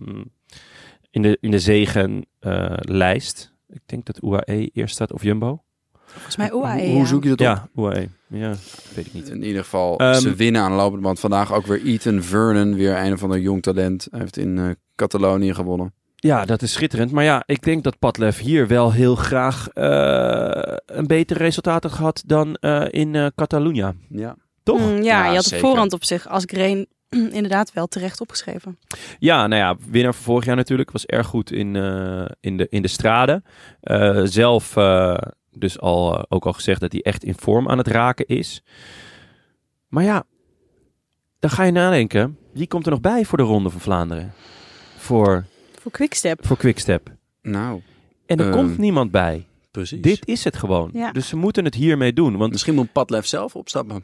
[SPEAKER 7] in de zegenlijst. Ik denk dat UAE eerst staat of Jumbo.
[SPEAKER 3] Volgens mij UAE.
[SPEAKER 4] Hoe zoek je dat op?
[SPEAKER 7] Ja, UAE. Ja, weet ik niet.
[SPEAKER 4] In ieder geval,
[SPEAKER 7] Ehm,
[SPEAKER 4] ze winnen aan de lopende band. Vandaag ook weer Ethan Vernon, weer een van de jong talent. Hij heeft in Catalonië gewonnen.
[SPEAKER 7] Ja, dat is schitterend. Maar ja, ik denk dat Padlef hier wel heel graag een beter resultaat had gehad dan in Catalunya.
[SPEAKER 4] Ja.
[SPEAKER 7] Toch?
[SPEAKER 3] Ja, je had de
[SPEAKER 4] zeker.
[SPEAKER 3] voorhand op zich als Green inderdaad wel terecht opgeschreven.
[SPEAKER 7] Ja, nou ja, winnaar van vorig jaar natuurlijk. Was erg goed in de straden. Zelf dus ook al gezegd dat hij echt in vorm aan het raken is. Maar ja, dan ga je nadenken. Wie komt er nog bij voor de Ronde van Vlaanderen? Voor
[SPEAKER 3] Voor Quickstep.
[SPEAKER 4] Nou,
[SPEAKER 7] En er komt niemand bij.
[SPEAKER 4] precies.
[SPEAKER 7] Dit is het gewoon.
[SPEAKER 3] Ja.
[SPEAKER 7] Dus ze moeten het hiermee doen. Want
[SPEAKER 4] Misschien moet Padlef zelf opstappen.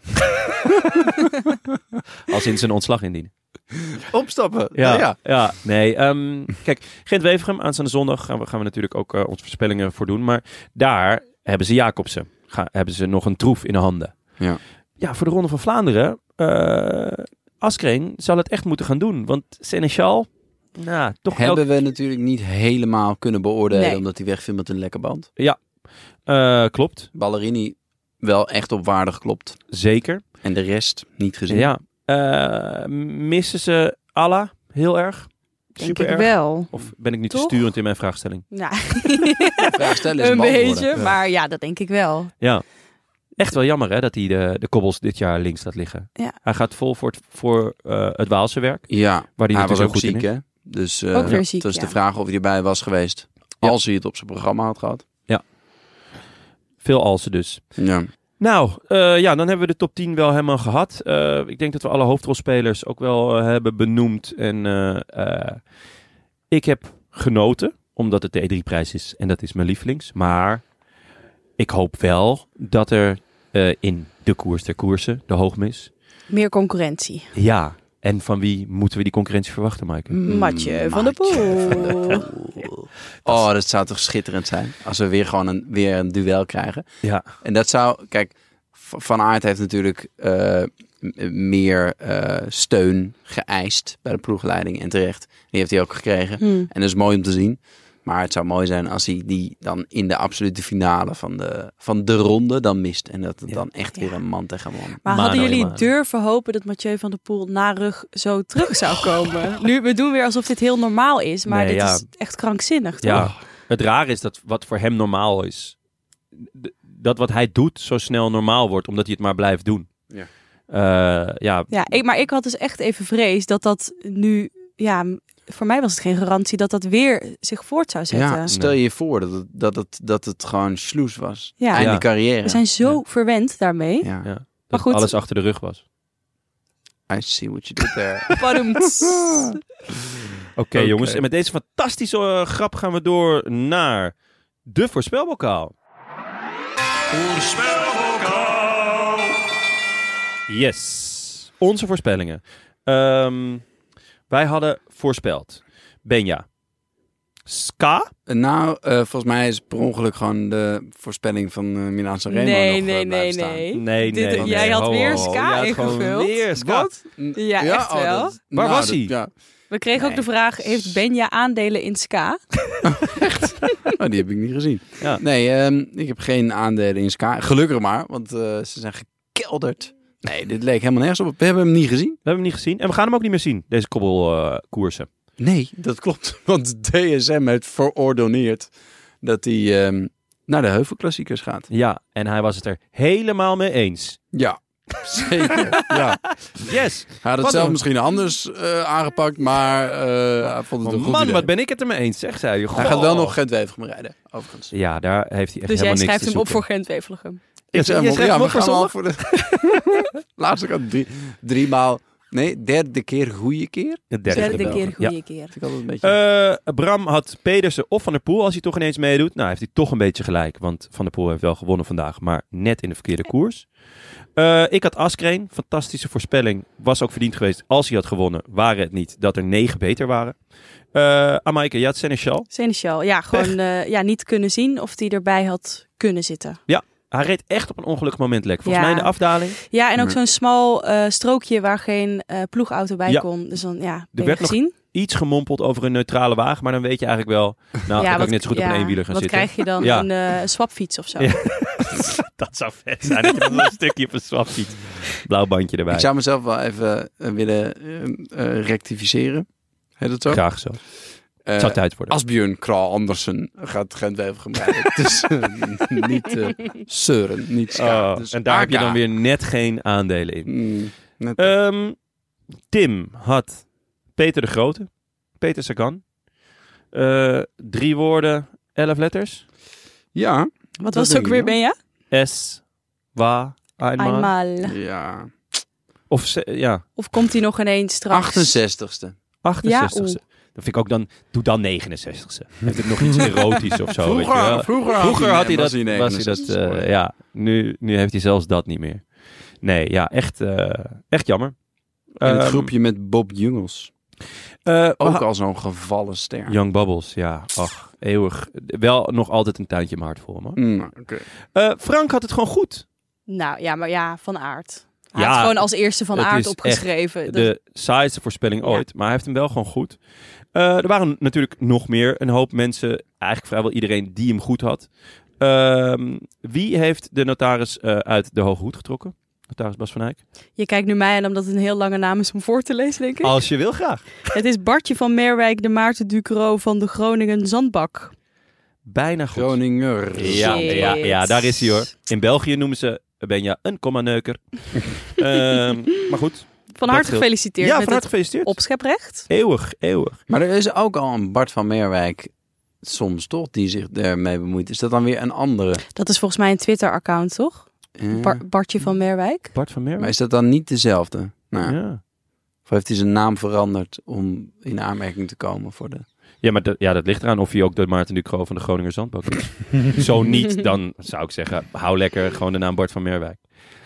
[SPEAKER 7] als in zijn ontslag indienen.
[SPEAKER 4] Opstappen?
[SPEAKER 7] Ja. Nee. Kijk, Gent-Wevelgem aanstaande zondag gaan we natuurlijk ook onze voorspellingen voor doen. Maar daar hebben ze Jacobsen. Hebben ze nog een troef in de handen.
[SPEAKER 4] Ja.
[SPEAKER 7] Ja, voor de Ronde van Vlaanderen. Askreen zal het echt moeten gaan doen. Want Sénéchal, nou, toch
[SPEAKER 4] Hebben we natuurlijk niet helemaal kunnen beoordelen,
[SPEAKER 3] Nee.
[SPEAKER 4] omdat hij wegviel met een lekke band.
[SPEAKER 7] klopt.
[SPEAKER 4] Ballerini wel echt op waarde geklopt.
[SPEAKER 7] Zeker.
[SPEAKER 4] En de rest niet gezien.
[SPEAKER 7] Ja. Missen ze Allah heel erg?
[SPEAKER 3] Denk
[SPEAKER 7] Super
[SPEAKER 3] ik
[SPEAKER 7] erg?
[SPEAKER 3] wel.
[SPEAKER 7] Of ben ik niet te
[SPEAKER 3] Toch?
[SPEAKER 7] sturend in mijn vraagstelling?
[SPEAKER 3] Nou,
[SPEAKER 4] Vraag stellen is
[SPEAKER 3] een
[SPEAKER 4] beantwoorden.
[SPEAKER 3] beetje. Maar ja, dat denk ik wel.
[SPEAKER 7] Ja. Echt wel jammer hè, dat hij de kobbels dit jaar links laat liggen.
[SPEAKER 3] Ja.
[SPEAKER 7] Hij gaat vol voor het Waalse werk.
[SPEAKER 4] Ja,
[SPEAKER 7] Waar hij
[SPEAKER 4] hij was
[SPEAKER 7] natuurlijk
[SPEAKER 4] ook
[SPEAKER 7] goed in
[SPEAKER 4] ziek,
[SPEAKER 7] is.
[SPEAKER 4] hè? Dus
[SPEAKER 3] Ook weer ziek,
[SPEAKER 4] het was
[SPEAKER 3] ja.
[SPEAKER 4] de vraag of hij erbij was geweest.
[SPEAKER 7] Ja.
[SPEAKER 4] Als hij het op zijn programma had gehad.
[SPEAKER 7] Veel alsen dus.
[SPEAKER 4] Ja.
[SPEAKER 7] Nou, dan hebben we de top 10 wel helemaal gehad. Ik denk dat we alle hoofdrolspelers ook wel hebben benoemd. En ik heb genoten, omdat het de E3-prijs is. En dat is mijn lievelings. Maar ik hoop wel dat er in de koers der koersen, de hoogmis...
[SPEAKER 3] Meer concurrentie.
[SPEAKER 7] Ja, en van wie moeten we die concurrentie verwachten, Maaike?
[SPEAKER 3] Mathieu van der Poel.
[SPEAKER 4] Oh, dat zou toch schitterend zijn. Als we weer gewoon weer een duel krijgen.
[SPEAKER 7] Ja.
[SPEAKER 4] En dat zou... Kijk, Van Aert heeft natuurlijk meer steun geëist bij de ploegleiding. En terecht. Die heeft hij ook gekregen. En dat is mooi om te zien. Maar het zou mooi zijn als hij die dan in de absolute finale van de ronde dan mist. En dat het dan echt weer een man tegen man.
[SPEAKER 3] Maar
[SPEAKER 7] Mano
[SPEAKER 3] hadden jullie
[SPEAKER 7] Mano.
[SPEAKER 3] durven hopen dat Mathieu van der Poel na rug zo terug zou komen? Nu, we doen weer alsof dit heel normaal is. Maar
[SPEAKER 7] Nee,
[SPEAKER 3] dit
[SPEAKER 7] ja.
[SPEAKER 3] is echt krankzinnig, toch?
[SPEAKER 7] Ja, het rare is dat wat voor hem normaal is, dat wat hij doet zo snel normaal wordt, omdat hij het maar blijft doen.
[SPEAKER 4] Ja.
[SPEAKER 3] Maar ik had dus echt even vrees dat nu... Ja, voor mij was het geen garantie dat dat weer zich voort zou zetten.
[SPEAKER 4] Ja, stel je voor dat het gewoon sloes was.
[SPEAKER 3] Ja.
[SPEAKER 4] Einde
[SPEAKER 7] Ja.
[SPEAKER 4] carrière.
[SPEAKER 3] We zijn zo verwend daarmee.
[SPEAKER 4] Ja.
[SPEAKER 7] Ja, dat
[SPEAKER 3] goed.
[SPEAKER 7] alles achter de rug was.
[SPEAKER 4] I see what you did there.
[SPEAKER 3] Padoemts.
[SPEAKER 7] Oké, jongens, en met deze fantastische grap gaan we door naar de voorspelbokaal. Yes, onze voorspellingen. Wij hadden voorspeld Benja, Ska.
[SPEAKER 4] Nou, volgens mij is per ongeluk gewoon de voorspelling van Milan Sanremo nog blijven staan.
[SPEAKER 7] Nee,
[SPEAKER 3] Jij had
[SPEAKER 7] Ho,
[SPEAKER 3] weer
[SPEAKER 7] ho, ho.
[SPEAKER 3] Ska
[SPEAKER 7] Jij had gewoon
[SPEAKER 3] ingevuld.
[SPEAKER 7] weer Ska.
[SPEAKER 4] Wat?
[SPEAKER 3] Ja, echt wel.
[SPEAKER 7] Waar was hij?
[SPEAKER 4] Ja.
[SPEAKER 3] We kregen ook de vraag, heeft Benja aandelen in Ska?
[SPEAKER 4] Oh, die heb ik niet gezien.
[SPEAKER 7] Ja.
[SPEAKER 4] Nee, ik heb geen aandelen in Sky. Gelukkig maar, want ze zijn gekelderd. Nee, dit leek helemaal nergens op. We hebben hem niet gezien.
[SPEAKER 7] We hebben hem niet gezien en we gaan hem ook niet meer zien, deze kobbelkoersen.
[SPEAKER 4] Nee, dat klopt. Want DSM heeft verordoneerd dat hij naar de heuvelklassiekers gaat.
[SPEAKER 7] Ja, en hij was het er helemaal mee eens.
[SPEAKER 4] Ja, zeker. Ja.
[SPEAKER 7] Yes!
[SPEAKER 4] Hij had het
[SPEAKER 7] Wat
[SPEAKER 4] zelf
[SPEAKER 7] een-
[SPEAKER 4] misschien anders aangepakt, maar hij vond het een goed
[SPEAKER 7] Man,
[SPEAKER 4] idee.
[SPEAKER 7] wat ben ik het ermee eens, zeg zij.
[SPEAKER 4] Hij gaat wel nog Gent-Wevelgem rijden, overigens.
[SPEAKER 7] Ja, daar heeft hij echt
[SPEAKER 3] Dus jij
[SPEAKER 7] helemaal niks
[SPEAKER 3] schrijft
[SPEAKER 7] te
[SPEAKER 3] hem op voor
[SPEAKER 7] zoeken.
[SPEAKER 3] Gent-Wevelgem.
[SPEAKER 7] Je schrijft hem op voor
[SPEAKER 4] gaan al
[SPEAKER 7] zondag?
[SPEAKER 4] voor de laatste kant drie maal. Nee, derde keer goede keer.
[SPEAKER 7] De
[SPEAKER 3] Derde
[SPEAKER 7] wel.
[SPEAKER 3] keer,
[SPEAKER 7] Ja.
[SPEAKER 3] goede keer.
[SPEAKER 4] Vind ik altijd een beetje...
[SPEAKER 7] Bram had Pedersen of Van der Poel als hij toch ineens meedoet. Nou, heeft hij toch een beetje gelijk. Want Van der Poel heeft wel gewonnen vandaag, maar net in de verkeerde koers. Ik had Askreen. Fantastische voorspelling. Was ook verdiend geweest als hij had gewonnen. Waren het niet dat er 9 beter waren. Amaike, je had Sénéchal.
[SPEAKER 3] Seneschal, ja, gewoon niet kunnen zien of hij erbij had kunnen zitten.
[SPEAKER 7] Hij Hij reed echt op een ongelukkig moment lek. Volgens
[SPEAKER 3] Ja.
[SPEAKER 7] mij in de afdaling.
[SPEAKER 3] Ja, en ook
[SPEAKER 4] Ja.
[SPEAKER 3] zo'n smal strookje waar geen ploegauto bij
[SPEAKER 7] Ja.
[SPEAKER 3] kon. Dus dan, ja,
[SPEAKER 7] Er
[SPEAKER 3] ben je
[SPEAKER 7] werd nog
[SPEAKER 3] gezien.
[SPEAKER 7] Iets gemompeld over een neutrale wagen. Maar dan weet je eigenlijk wel... Nou, ik kan ook net zo goed op een eenwieler gaan
[SPEAKER 3] wat
[SPEAKER 7] zitten.
[SPEAKER 3] krijg je dan?
[SPEAKER 7] Ja.
[SPEAKER 3] Een swapfiets of zo?
[SPEAKER 7] Ja. Dat zou vet zijn. Dat je dan een stukje op een swapfiets. Blauw bandje erbij.
[SPEAKER 4] Ik zou mezelf wel even willen rectificeren. Heet het zo?
[SPEAKER 7] Graag zo. Het zou tijd worden.
[SPEAKER 4] Asbjörn Král Andersen gaat Gent-Wevelgem rijden. Dus niet zeuren, niet schaam.
[SPEAKER 7] Oh,
[SPEAKER 4] Dus
[SPEAKER 7] en daar heb je
[SPEAKER 4] AK.
[SPEAKER 7] dan weer net geen aandelen in.
[SPEAKER 4] Net-
[SPEAKER 7] Tim had Peter de Grote. Peter Sagan. 3 woorden, 11 letters.
[SPEAKER 4] ja,
[SPEAKER 3] Wat was het ook weer, Benja?
[SPEAKER 7] S, wa, einmal.
[SPEAKER 3] Einmal.
[SPEAKER 4] ja.
[SPEAKER 7] Of ja,
[SPEAKER 3] Of komt hij nog ineens straks?
[SPEAKER 4] 68ste.
[SPEAKER 7] 68ste. Dat vind ik ook dan, doe dan 69ste. Heeft het nog iets erotisch of zo, weet je wel. Vroeger had hij dat, was hij dat ja, nu heeft hij zelfs dat niet meer. Nee, ja, echt jammer.
[SPEAKER 4] In het groepje met Bob Jungels.
[SPEAKER 7] Ook
[SPEAKER 4] Ook al zo'n gevallen ster.
[SPEAKER 7] Young Bubbles, ja. Ach, eeuwig. Wel nog altijd een tuintje in mijn hart voor hem, hoor.
[SPEAKER 4] Oké.
[SPEAKER 7] Frank had het gewoon goed.
[SPEAKER 3] Nou ja, maar ja, Van Aert. Hij
[SPEAKER 7] Ja,
[SPEAKER 3] had gewoon als eerste Van
[SPEAKER 7] het
[SPEAKER 3] Aert
[SPEAKER 7] is
[SPEAKER 3] opgeschreven.
[SPEAKER 7] De saaiste voorspelling
[SPEAKER 3] Ja.
[SPEAKER 7] ooit. Maar hij heeft hem wel gewoon goed. Er waren natuurlijk nog meer. Een hoop mensen. Eigenlijk vrijwel iedereen die hem goed had. Wie heeft de notaris uit de Hoge Hoed getrokken? Notaris Bas van Eyck.
[SPEAKER 3] Je kijkt nu mij aan omdat het een heel lange naam is om voor te lezen, denk ik.
[SPEAKER 7] Als je wil, graag.
[SPEAKER 3] Het is Bartje van Merwijk, de Maarten Ducro van de Groningen Zandbak.
[SPEAKER 7] Bijna goed.
[SPEAKER 4] Groninger.
[SPEAKER 7] Ja, daar is hij, hoor. In België noemen ze Benja een komma-neuker. Maar goed.
[SPEAKER 3] Van
[SPEAKER 7] Dat
[SPEAKER 3] harte
[SPEAKER 7] scheelt.
[SPEAKER 3] gefeliciteerd
[SPEAKER 7] Ja,
[SPEAKER 3] met
[SPEAKER 7] van harte
[SPEAKER 3] het
[SPEAKER 7] gefeliciteerd.
[SPEAKER 3] opscheprecht.
[SPEAKER 7] Eeuwig.
[SPEAKER 4] Maar er is ook al een Bart van Merwijk soms toch die zich daarmee bemoeit. Is dat dan weer een andere?
[SPEAKER 3] Dat is volgens mij een Twitter-account, toch? Bartje van Merwijk.
[SPEAKER 7] Bart van Merwijk.
[SPEAKER 4] Maar is dat dan niet dezelfde? Nou,
[SPEAKER 7] Ja.
[SPEAKER 4] Of heeft hij zijn naam veranderd om in aanmerking te komen voor de...
[SPEAKER 7] Ja, maar dat ligt eraan of hij ook de Maarten Ducro van de Groninger Zandbak is. Zo niet, dan zou ik zeggen, hou lekker gewoon de naam Bart van Merwijk.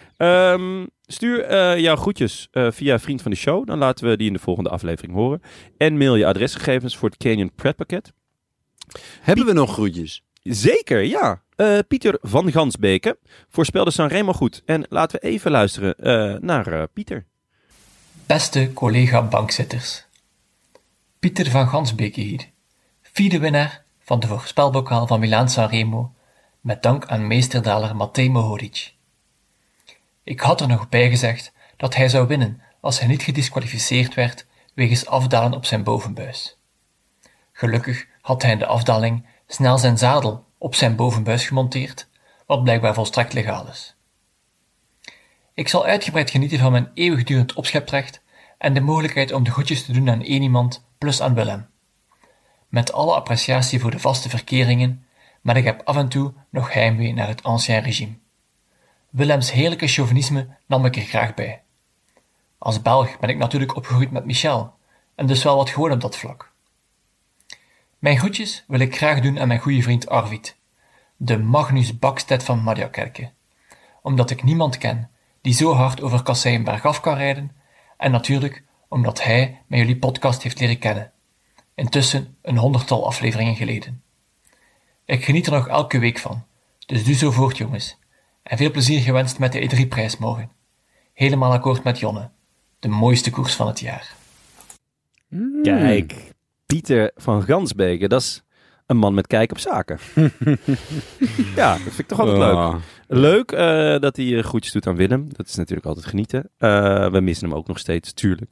[SPEAKER 7] Stuur jouw groetjes via Vriend van de Show. Dan laten we die in de volgende aflevering horen. En mail je adresgegevens voor het Canyon Pretpakket.
[SPEAKER 4] Hebben we nog groetjes?
[SPEAKER 7] Zeker, ja. Pieter van Gansbeke voorspelde Sanremo goed. En laten we even luisteren naar Pieter.
[SPEAKER 8] Beste collega bankzitters. Pieter van Gansbeke hier. 4e winnaar van de voorspelbokaal van Milaan-Sanremo, met dank aan meesterdaler Matej Mohoric. Ik had er nog bij gezegd dat hij zou winnen als hij niet gedisqualificeerd werd wegens afdalen op zijn bovenbuis. Gelukkig had hij in de afdaling snel zijn zadel op zijn bovenbuis gemonteerd, wat blijkbaar volstrekt legaal is. Ik zal uitgebreid genieten van mijn eeuwigdurend opscheprecht en de mogelijkheid om de groetjes te doen aan één iemand plus aan Willem. Met alle appreciatie voor de vaste verkeringen, maar ik heb af en toe nog heimwee naar het ancien regime. Willems heerlijke chauvinisme nam ik er graag bij. Als Belg ben ik natuurlijk opgegroeid met Michel, en dus wel wat gewoon op dat vlak. Mijn groetjes wil ik graag doen aan mijn goede vriend Arvid, de Magnus Bakstedt van Mariakerke, omdat ik niemand ken die zo hard over Kasseien bergaf kan rijden, en natuurlijk omdat hij met jullie podcast heeft leren kennen, intussen een 100-tal afleveringen geleden. Ik geniet er nog elke week van, dus doe zo voort jongens, en veel plezier gewenst met de E3-prijs morgen. Helemaal akkoord met Jonne, de mooiste koers van het jaar.
[SPEAKER 7] Kijk, Pieter van Gansbeke, dat is een man met kijk op zaken. Ja, dat vind ik toch altijd leuk. Leuk dat hij groetjes doet aan Willem. Dat is natuurlijk altijd genieten. We missen hem ook nog steeds, tuurlijk.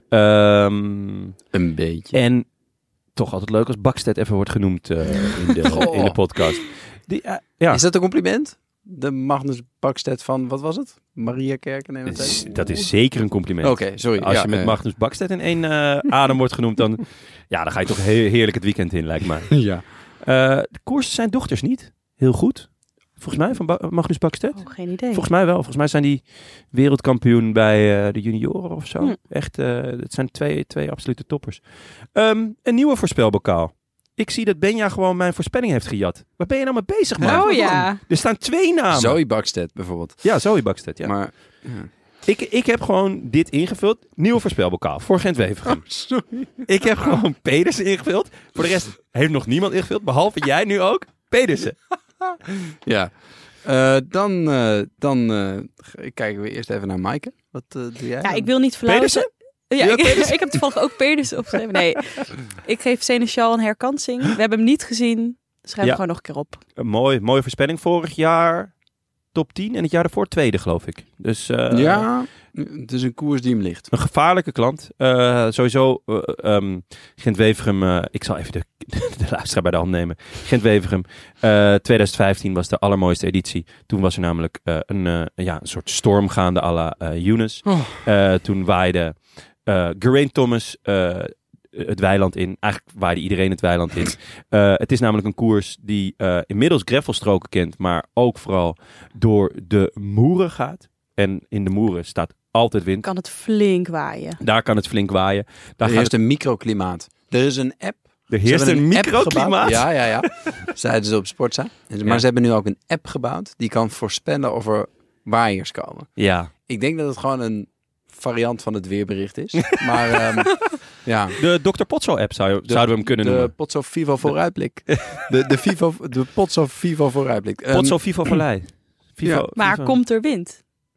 [SPEAKER 4] Een beetje.
[SPEAKER 7] En toch altijd leuk als Bakstedt even wordt genoemd in de podcast. Ja.
[SPEAKER 4] Is dat een compliment? De Magnus Bakstedt van, wat was het? Mariakerke?
[SPEAKER 7] Dat is zeker een compliment.
[SPEAKER 4] Oké, sorry.
[SPEAKER 7] Als je met Magnus Bakstedt in één adem wordt genoemd, dan ga je toch heerlijk het weekend in, lijkt mij.
[SPEAKER 4] Ja.
[SPEAKER 7] De koersen zijn dochters niet. Heel goed. Volgens mij, van Magnus Bakstedt.
[SPEAKER 3] Oh, geen idee.
[SPEAKER 7] Volgens mij wel. Volgens mij zijn die wereldkampioen bij de junioren of zo. Echt, het zijn twee absolute toppers. Een nieuwe voorspelbokaal. Ik zie dat Benja gewoon mijn voorspelling heeft gejat. Waar ben je nou mee bezig, man?
[SPEAKER 3] Oh ja.
[SPEAKER 7] Er staan 2 namen.
[SPEAKER 4] Zoe Bakstedt bijvoorbeeld.
[SPEAKER 7] Ja, Zoe Bakstedt, ja.
[SPEAKER 4] Maar
[SPEAKER 7] Ik heb gewoon dit ingevuld. Nieuwe voorspelbokaal voor Gent-Wevelgem.
[SPEAKER 4] sorry.
[SPEAKER 7] Ik heb gewoon Pedersen ingevuld. Voor de rest heeft nog niemand ingevuld, behalve jij nu ook. Pedersen.
[SPEAKER 4] Ja. Dan kijken we eerst even naar Maaike. Wat doe jij?
[SPEAKER 3] Ja, ik wil niet flauw zijn. Ja,
[SPEAKER 4] Ja,
[SPEAKER 3] ik heb toevallig ook Pedersen opgeschreven. Nee, ik geef Seneschal een herkansing. We hebben hem niet gezien. Schrijf hem gewoon nog een keer op.
[SPEAKER 7] Een mooie voorspelling. Vorig jaar top 10 en het jaar daarvoor tweede, geloof ik. Dus,
[SPEAKER 4] ja, het is een koers die hem ligt.
[SPEAKER 7] Een gevaarlijke klant. Sowieso Gent-Wevelgem. Ik zal even de luisteraar bij de hand nemen. Gent-Wevelgem. 2015 was de allermooiste editie. Toen was er namelijk een soort storm gaande à la Younes. Toen waaide Geraint Thomas het weiland in. Eigenlijk waaide iedereen het weiland in. Het is namelijk een koers die inmiddels gravelstroken kent, maar ook vooral door de moeren gaat. En in de moeren staat altijd wind.
[SPEAKER 3] Kan het flink waaien.
[SPEAKER 7] Daar kan het flink waaien. Daar
[SPEAKER 4] Er heerst een microklimaat. Er is een app.
[SPEAKER 7] Er heerst een microklimaat?
[SPEAKER 4] Ja. Zeiden ze op Sportza. Maar ze hebben nu ook een app gebouwd die kan voorspellen of er waaiers komen.
[SPEAKER 7] Ja.
[SPEAKER 4] Ik denk dat het gewoon een variant van het weerbericht is. Maar ja.
[SPEAKER 7] De Dr. Potso-app zouden we hem kunnen noemen.
[SPEAKER 4] De Potso Vivo vooruitblik. De Potso Vivo vooruitblik.
[SPEAKER 7] Potso Vivo Vallei.
[SPEAKER 3] Maar komt er wind?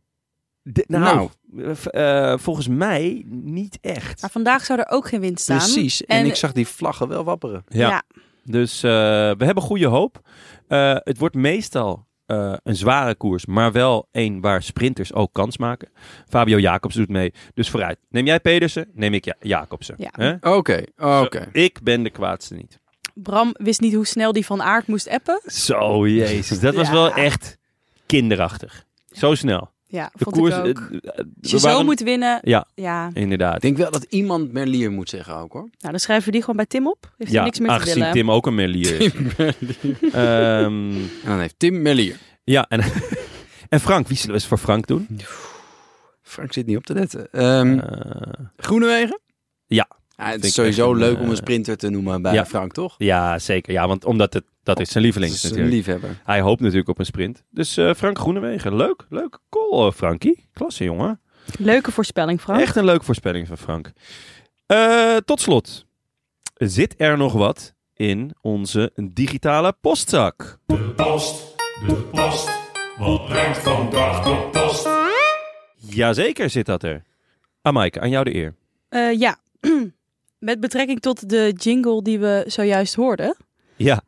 [SPEAKER 7] Volgens mij niet echt.
[SPEAKER 3] Maar vandaag zou er ook geen wind staan.
[SPEAKER 4] Precies. En ik zag die vlaggen wel wapperen.
[SPEAKER 7] Ja. Dus we hebben goede hoop. Het wordt meestal een zware koers, maar wel een waar sprinters ook kans maken. Fabio Jacobs doet mee. Dus vooruit. Neem jij Pedersen, neem ik Jacobsen.
[SPEAKER 3] Ja.
[SPEAKER 4] Oké.
[SPEAKER 7] Ik ben de kwaadste niet.
[SPEAKER 3] Bram wist niet hoe snel die Van Aert moest appen.
[SPEAKER 7] Zo, jezus. Dat was wel echt kinderachtig. Zo snel.
[SPEAKER 3] Ja,
[SPEAKER 7] de
[SPEAKER 3] vond
[SPEAKER 7] koers,
[SPEAKER 3] ik ook. Als je zo moet winnen. Ja,
[SPEAKER 7] inderdaad.
[SPEAKER 4] Ik denk wel dat iemand Merlier moet zeggen ook, hoor.
[SPEAKER 3] Nou, dan schrijven we die gewoon bij Tim op. Heeft hij niks meer te willen.
[SPEAKER 7] Aangezien Tim ook een Merlier is.
[SPEAKER 4] En dan heeft Tim Merlier.
[SPEAKER 7] Ja, en Frank. Wie zullen we eens voor Frank doen?
[SPEAKER 4] Frank zit niet op te letten. Groenewegen?
[SPEAKER 7] Ja.
[SPEAKER 4] Het is sowieso leuk om een sprinter te noemen bij Frank, toch?
[SPEAKER 7] Ja, zeker. Ja, want omdat dat is zijn lieveling.
[SPEAKER 4] Dat is zijn liefhebber.
[SPEAKER 7] Hij hoopt natuurlijk op een sprint. Dus Frank Groenewegen. Leuk call, Frankie. Klasse, jongen.
[SPEAKER 3] Leuke voorspelling, Frank.
[SPEAKER 7] Echt een leuke voorspelling van Frank. Tot slot. Zit er nog wat in onze digitale postzak?
[SPEAKER 9] De post. Wat brengt vandaag de post?
[SPEAKER 7] Jazeker zit dat er. Maaike, aan jou de eer.
[SPEAKER 3] Ja. Met betrekking tot de jingle die we zojuist hoorden.
[SPEAKER 7] Ja.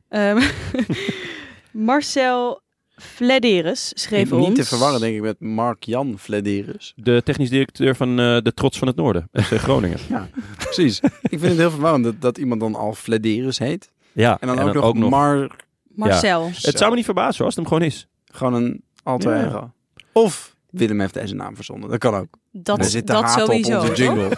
[SPEAKER 3] Marcel Flederis schreef ons...
[SPEAKER 4] Niet te verwarren, denk ik, met Mark-Jan Flederis.
[SPEAKER 7] De technisch directeur van de Trots van het Noorden, FC Groningen.
[SPEAKER 4] Ja, precies. Ik vind het heel verwarrend dat iemand dan al Flederis heet.
[SPEAKER 7] Ja.
[SPEAKER 4] En dan ook nog
[SPEAKER 3] Marcel.
[SPEAKER 7] Ja. Het zou me niet verbazen hoor, als het hem gewoon is.
[SPEAKER 4] Gewoon een alter ego. Of Willem heeft deze naam verzonnen. Dat kan ook.
[SPEAKER 3] Dat sowieso.
[SPEAKER 4] Op onze jingle.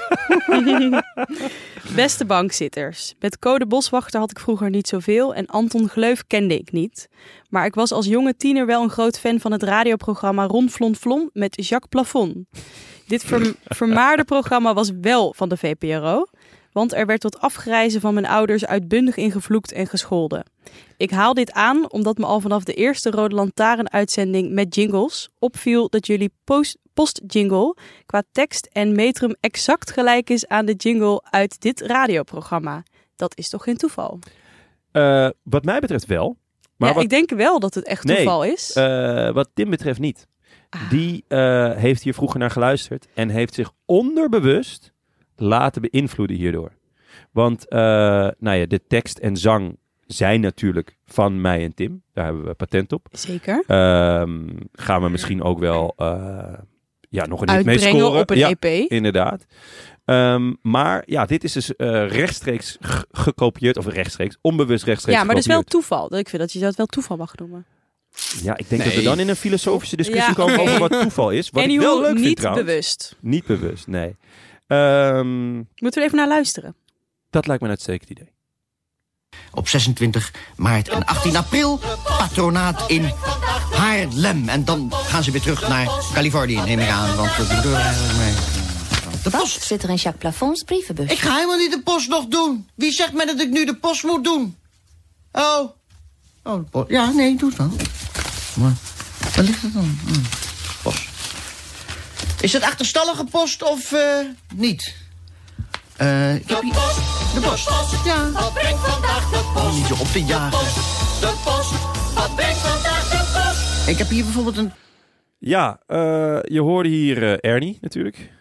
[SPEAKER 3] Beste bankzitters. Met Code Boswachter had ik vroeger niet zoveel en Anton Gleuf kende ik niet. Maar ik was als jonge tiener wel een groot fan van het radioprogramma Ron Flon Flon met Jacques Plafond. Dit vermaarde programma was wel van de VPRO, want er werd tot afgrijzen van mijn ouders uitbundig ingevloekt en gescholden. Ik haal dit aan omdat me al vanaf de eerste Rode Lantaarn-uitzending met jingles opviel dat jullie postjingle qua tekst en metrum exact gelijk is aan de jingle uit dit radioprogramma. Dat is toch geen toeval?
[SPEAKER 7] Wat mij betreft wel. Maar
[SPEAKER 3] ik denk wel dat het echt toeval is.
[SPEAKER 7] Wat Tim betreft niet. Die heeft hier vroeger naar geluisterd en heeft zich onderbewust laten beïnvloeden hierdoor. Want de tekst en zang zijn natuurlijk van mij en Tim. Daar hebben we patent op.
[SPEAKER 3] Zeker.
[SPEAKER 7] Gaan we misschien ook wel nog een hit mee scoren.
[SPEAKER 3] Op een EP.
[SPEAKER 7] Inderdaad. Maar ja, dit is dus rechtstreeks gekopieerd. Of onbewust rechtstreeks
[SPEAKER 3] Ja, maar dat is wel
[SPEAKER 7] gekopieerd.
[SPEAKER 3] toeval. Ik vind dat je dat wel toeval mag noemen.
[SPEAKER 7] Ja, ik denk dat we dan in een filosofische discussie komen over wat toeval is. Wat ik wel leuk vind trouwens.
[SPEAKER 3] Niet bewust.
[SPEAKER 7] Niet bewust, nee.
[SPEAKER 3] Moeten we even naar luisteren?
[SPEAKER 7] Dat lijkt me een uitstekend idee.
[SPEAKER 10] Op 26 maart en 18 april patronaat in Haarlem. En dan gaan ze weer terug naar Californië, neem ik aan. Want we doen de post.
[SPEAKER 11] Zit er in Jacques Plafonds brievenbus?
[SPEAKER 10] Ik ga helemaal niet de post nog doen. Wie zegt mij dat ik nu de post moet doen? Oh, de post. Ja, nee, doe het wel. Maar waar ligt het dan? Post. Is het achterstallige post of niet? Ik heb hier... De post. Ja.
[SPEAKER 6] Wat brengt vandaag de post?
[SPEAKER 10] Niet zo op te jagen.
[SPEAKER 6] De post. Wat brengt vandaag de post?
[SPEAKER 10] Ik heb hier bijvoorbeeld een...
[SPEAKER 7] Ja, je hoorde hier Ernie natuurlijk.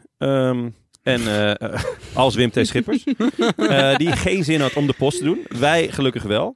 [SPEAKER 7] Als Wim T. Schippers. Die geen zin had om de post te doen. Wij gelukkig wel.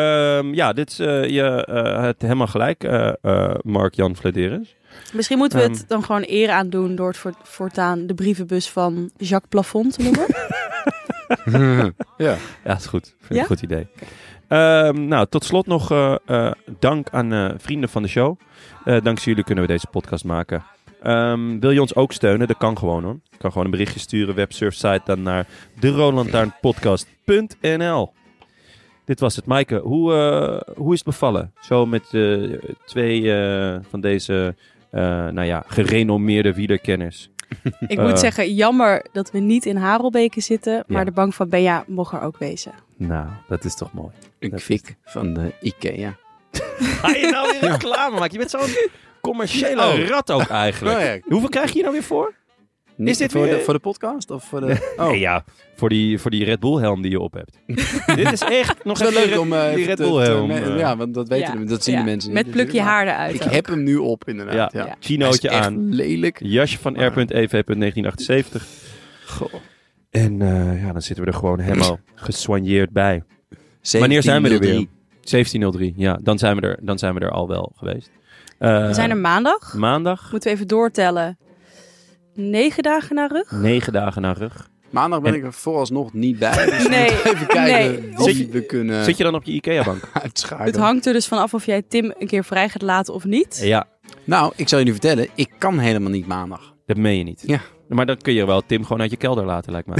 [SPEAKER 7] Je hebt helemaal gelijk, Mark-Jan Vladeres.
[SPEAKER 3] Misschien moeten we het dan gewoon eer aan doen door het voortaan de brievenbus van Jacques Plafond te noemen.
[SPEAKER 7] Ja, dat is goed. Vind ik een goed idee. Tot slot nog dank aan vrienden van de show. Dankzij jullie kunnen we deze podcast maken. Wil je ons ook steunen? Dat kan gewoon hoor. Je kan gewoon een berichtje sturen, websurfsite dan naar deroodlantaarnpodcast.nl. Dit was het. Maaike, hoe is het bevallen? Zo met twee van deze gerenommeerde wielerkenners.
[SPEAKER 3] Ik moet zeggen, jammer dat we niet in Harelbeke zitten, maar de bank van Benja mocht er ook wezen.
[SPEAKER 7] Nou, dat is toch mooi.
[SPEAKER 4] Een kwik van de IKEA.
[SPEAKER 7] Ga je nou weer reclame maken? Je bent zo'n commerciële rat ook eigenlijk.
[SPEAKER 4] Oh ja.
[SPEAKER 7] Hoeveel krijg je hier nou weer voor?
[SPEAKER 4] Is dit voor de podcast? Of voor de...
[SPEAKER 7] Nee, ja, voor die Red Bull helm die je op hebt. Dit is echt nog
[SPEAKER 4] wel leuk om
[SPEAKER 7] die Red Bull helm.
[SPEAKER 4] Ja, want dat weten dat zien de mensen niet.
[SPEAKER 3] Met plukje haar eruit.
[SPEAKER 4] Ik heb hem nu op inderdaad. Ja.
[SPEAKER 7] Chinootje aan.
[SPEAKER 4] Lelijk.
[SPEAKER 7] Jasje van R.EV. 1978.
[SPEAKER 4] Goh.
[SPEAKER 7] En dan zitten we er gewoon helemaal gesoigneerd bij.
[SPEAKER 4] 1703.
[SPEAKER 7] Wanneer zijn we er weer? 1703, ja. Dan zijn we er al wel geweest.
[SPEAKER 3] We zijn er maandag.
[SPEAKER 7] Maandag.
[SPEAKER 3] Moeten we even doortellen. 9 dagen na rug?
[SPEAKER 7] 9 dagen na rug.
[SPEAKER 4] Maandag ben ik er vooralsnog niet bij. Dus even kijken wie we kunnen...
[SPEAKER 7] Zit je dan op je IKEA-bank?
[SPEAKER 4] Uitschakelen.
[SPEAKER 3] Het hangt er dus vanaf of jij Tim een keer vrij gaat laten of niet.
[SPEAKER 7] Ja.
[SPEAKER 4] Nou, ik zal je nu vertellen. Ik kan helemaal niet maandag.
[SPEAKER 7] Dat meen je niet.
[SPEAKER 4] Ja.
[SPEAKER 7] Maar dan kun je wel Tim gewoon uit je kelder laten, lijkt mij.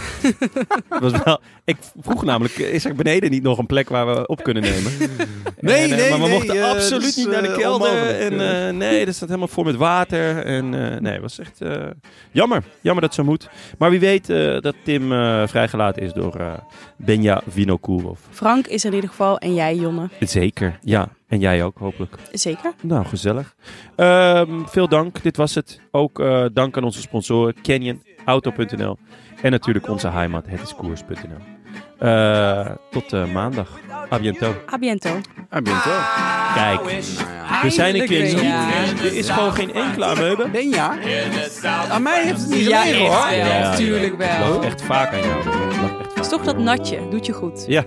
[SPEAKER 7] Ik vroeg namelijk, is er beneden niet nog een plek waar we op kunnen nemen?
[SPEAKER 4] Nee,
[SPEAKER 7] maar we mochten absoluut
[SPEAKER 4] dus,
[SPEAKER 7] niet naar de kelder.
[SPEAKER 4] onmogelijk.
[SPEAKER 7] Dat staat helemaal vol met water. Het was echt jammer. Jammer dat het zo moet. Maar wie weet dat Tim vrijgelaten is door Benja Vinokourov.
[SPEAKER 3] Frank is er in ieder geval en jij, Jonne.
[SPEAKER 7] Zeker, ja. En jij ook, hopelijk.
[SPEAKER 3] Zeker.
[SPEAKER 7] Nou, gezellig. Veel dank. Dit was het. Ook dank aan onze sponsoren Canyon, Auto.nl en natuurlijk onze heimat, hetiskoers.nl. Tot maandag. A biento.
[SPEAKER 3] A biento.
[SPEAKER 4] A biento.
[SPEAKER 7] Kijk, we zijn een keer niet. Er is gewoon geen enkele ameuben.
[SPEAKER 4] Benja? Aan mij heeft het niet gelegen hoor.
[SPEAKER 3] Ja, natuurlijk wel.
[SPEAKER 7] Ik lag echt vaak aan jou.
[SPEAKER 3] Het is toch dat natje. Doet je goed.
[SPEAKER 7] Ja.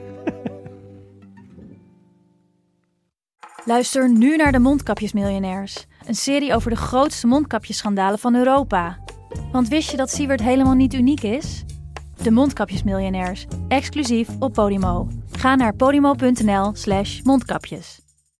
[SPEAKER 2] Luister nu naar de Mondkapjesmiljonairs. Een serie over de grootste mondkapjesschandalen van Europa. Want wist je dat Siewert helemaal niet uniek is? De Mondkapjesmiljonairs, exclusief op Podimo. Ga naar podimo.nl/mondkapjes.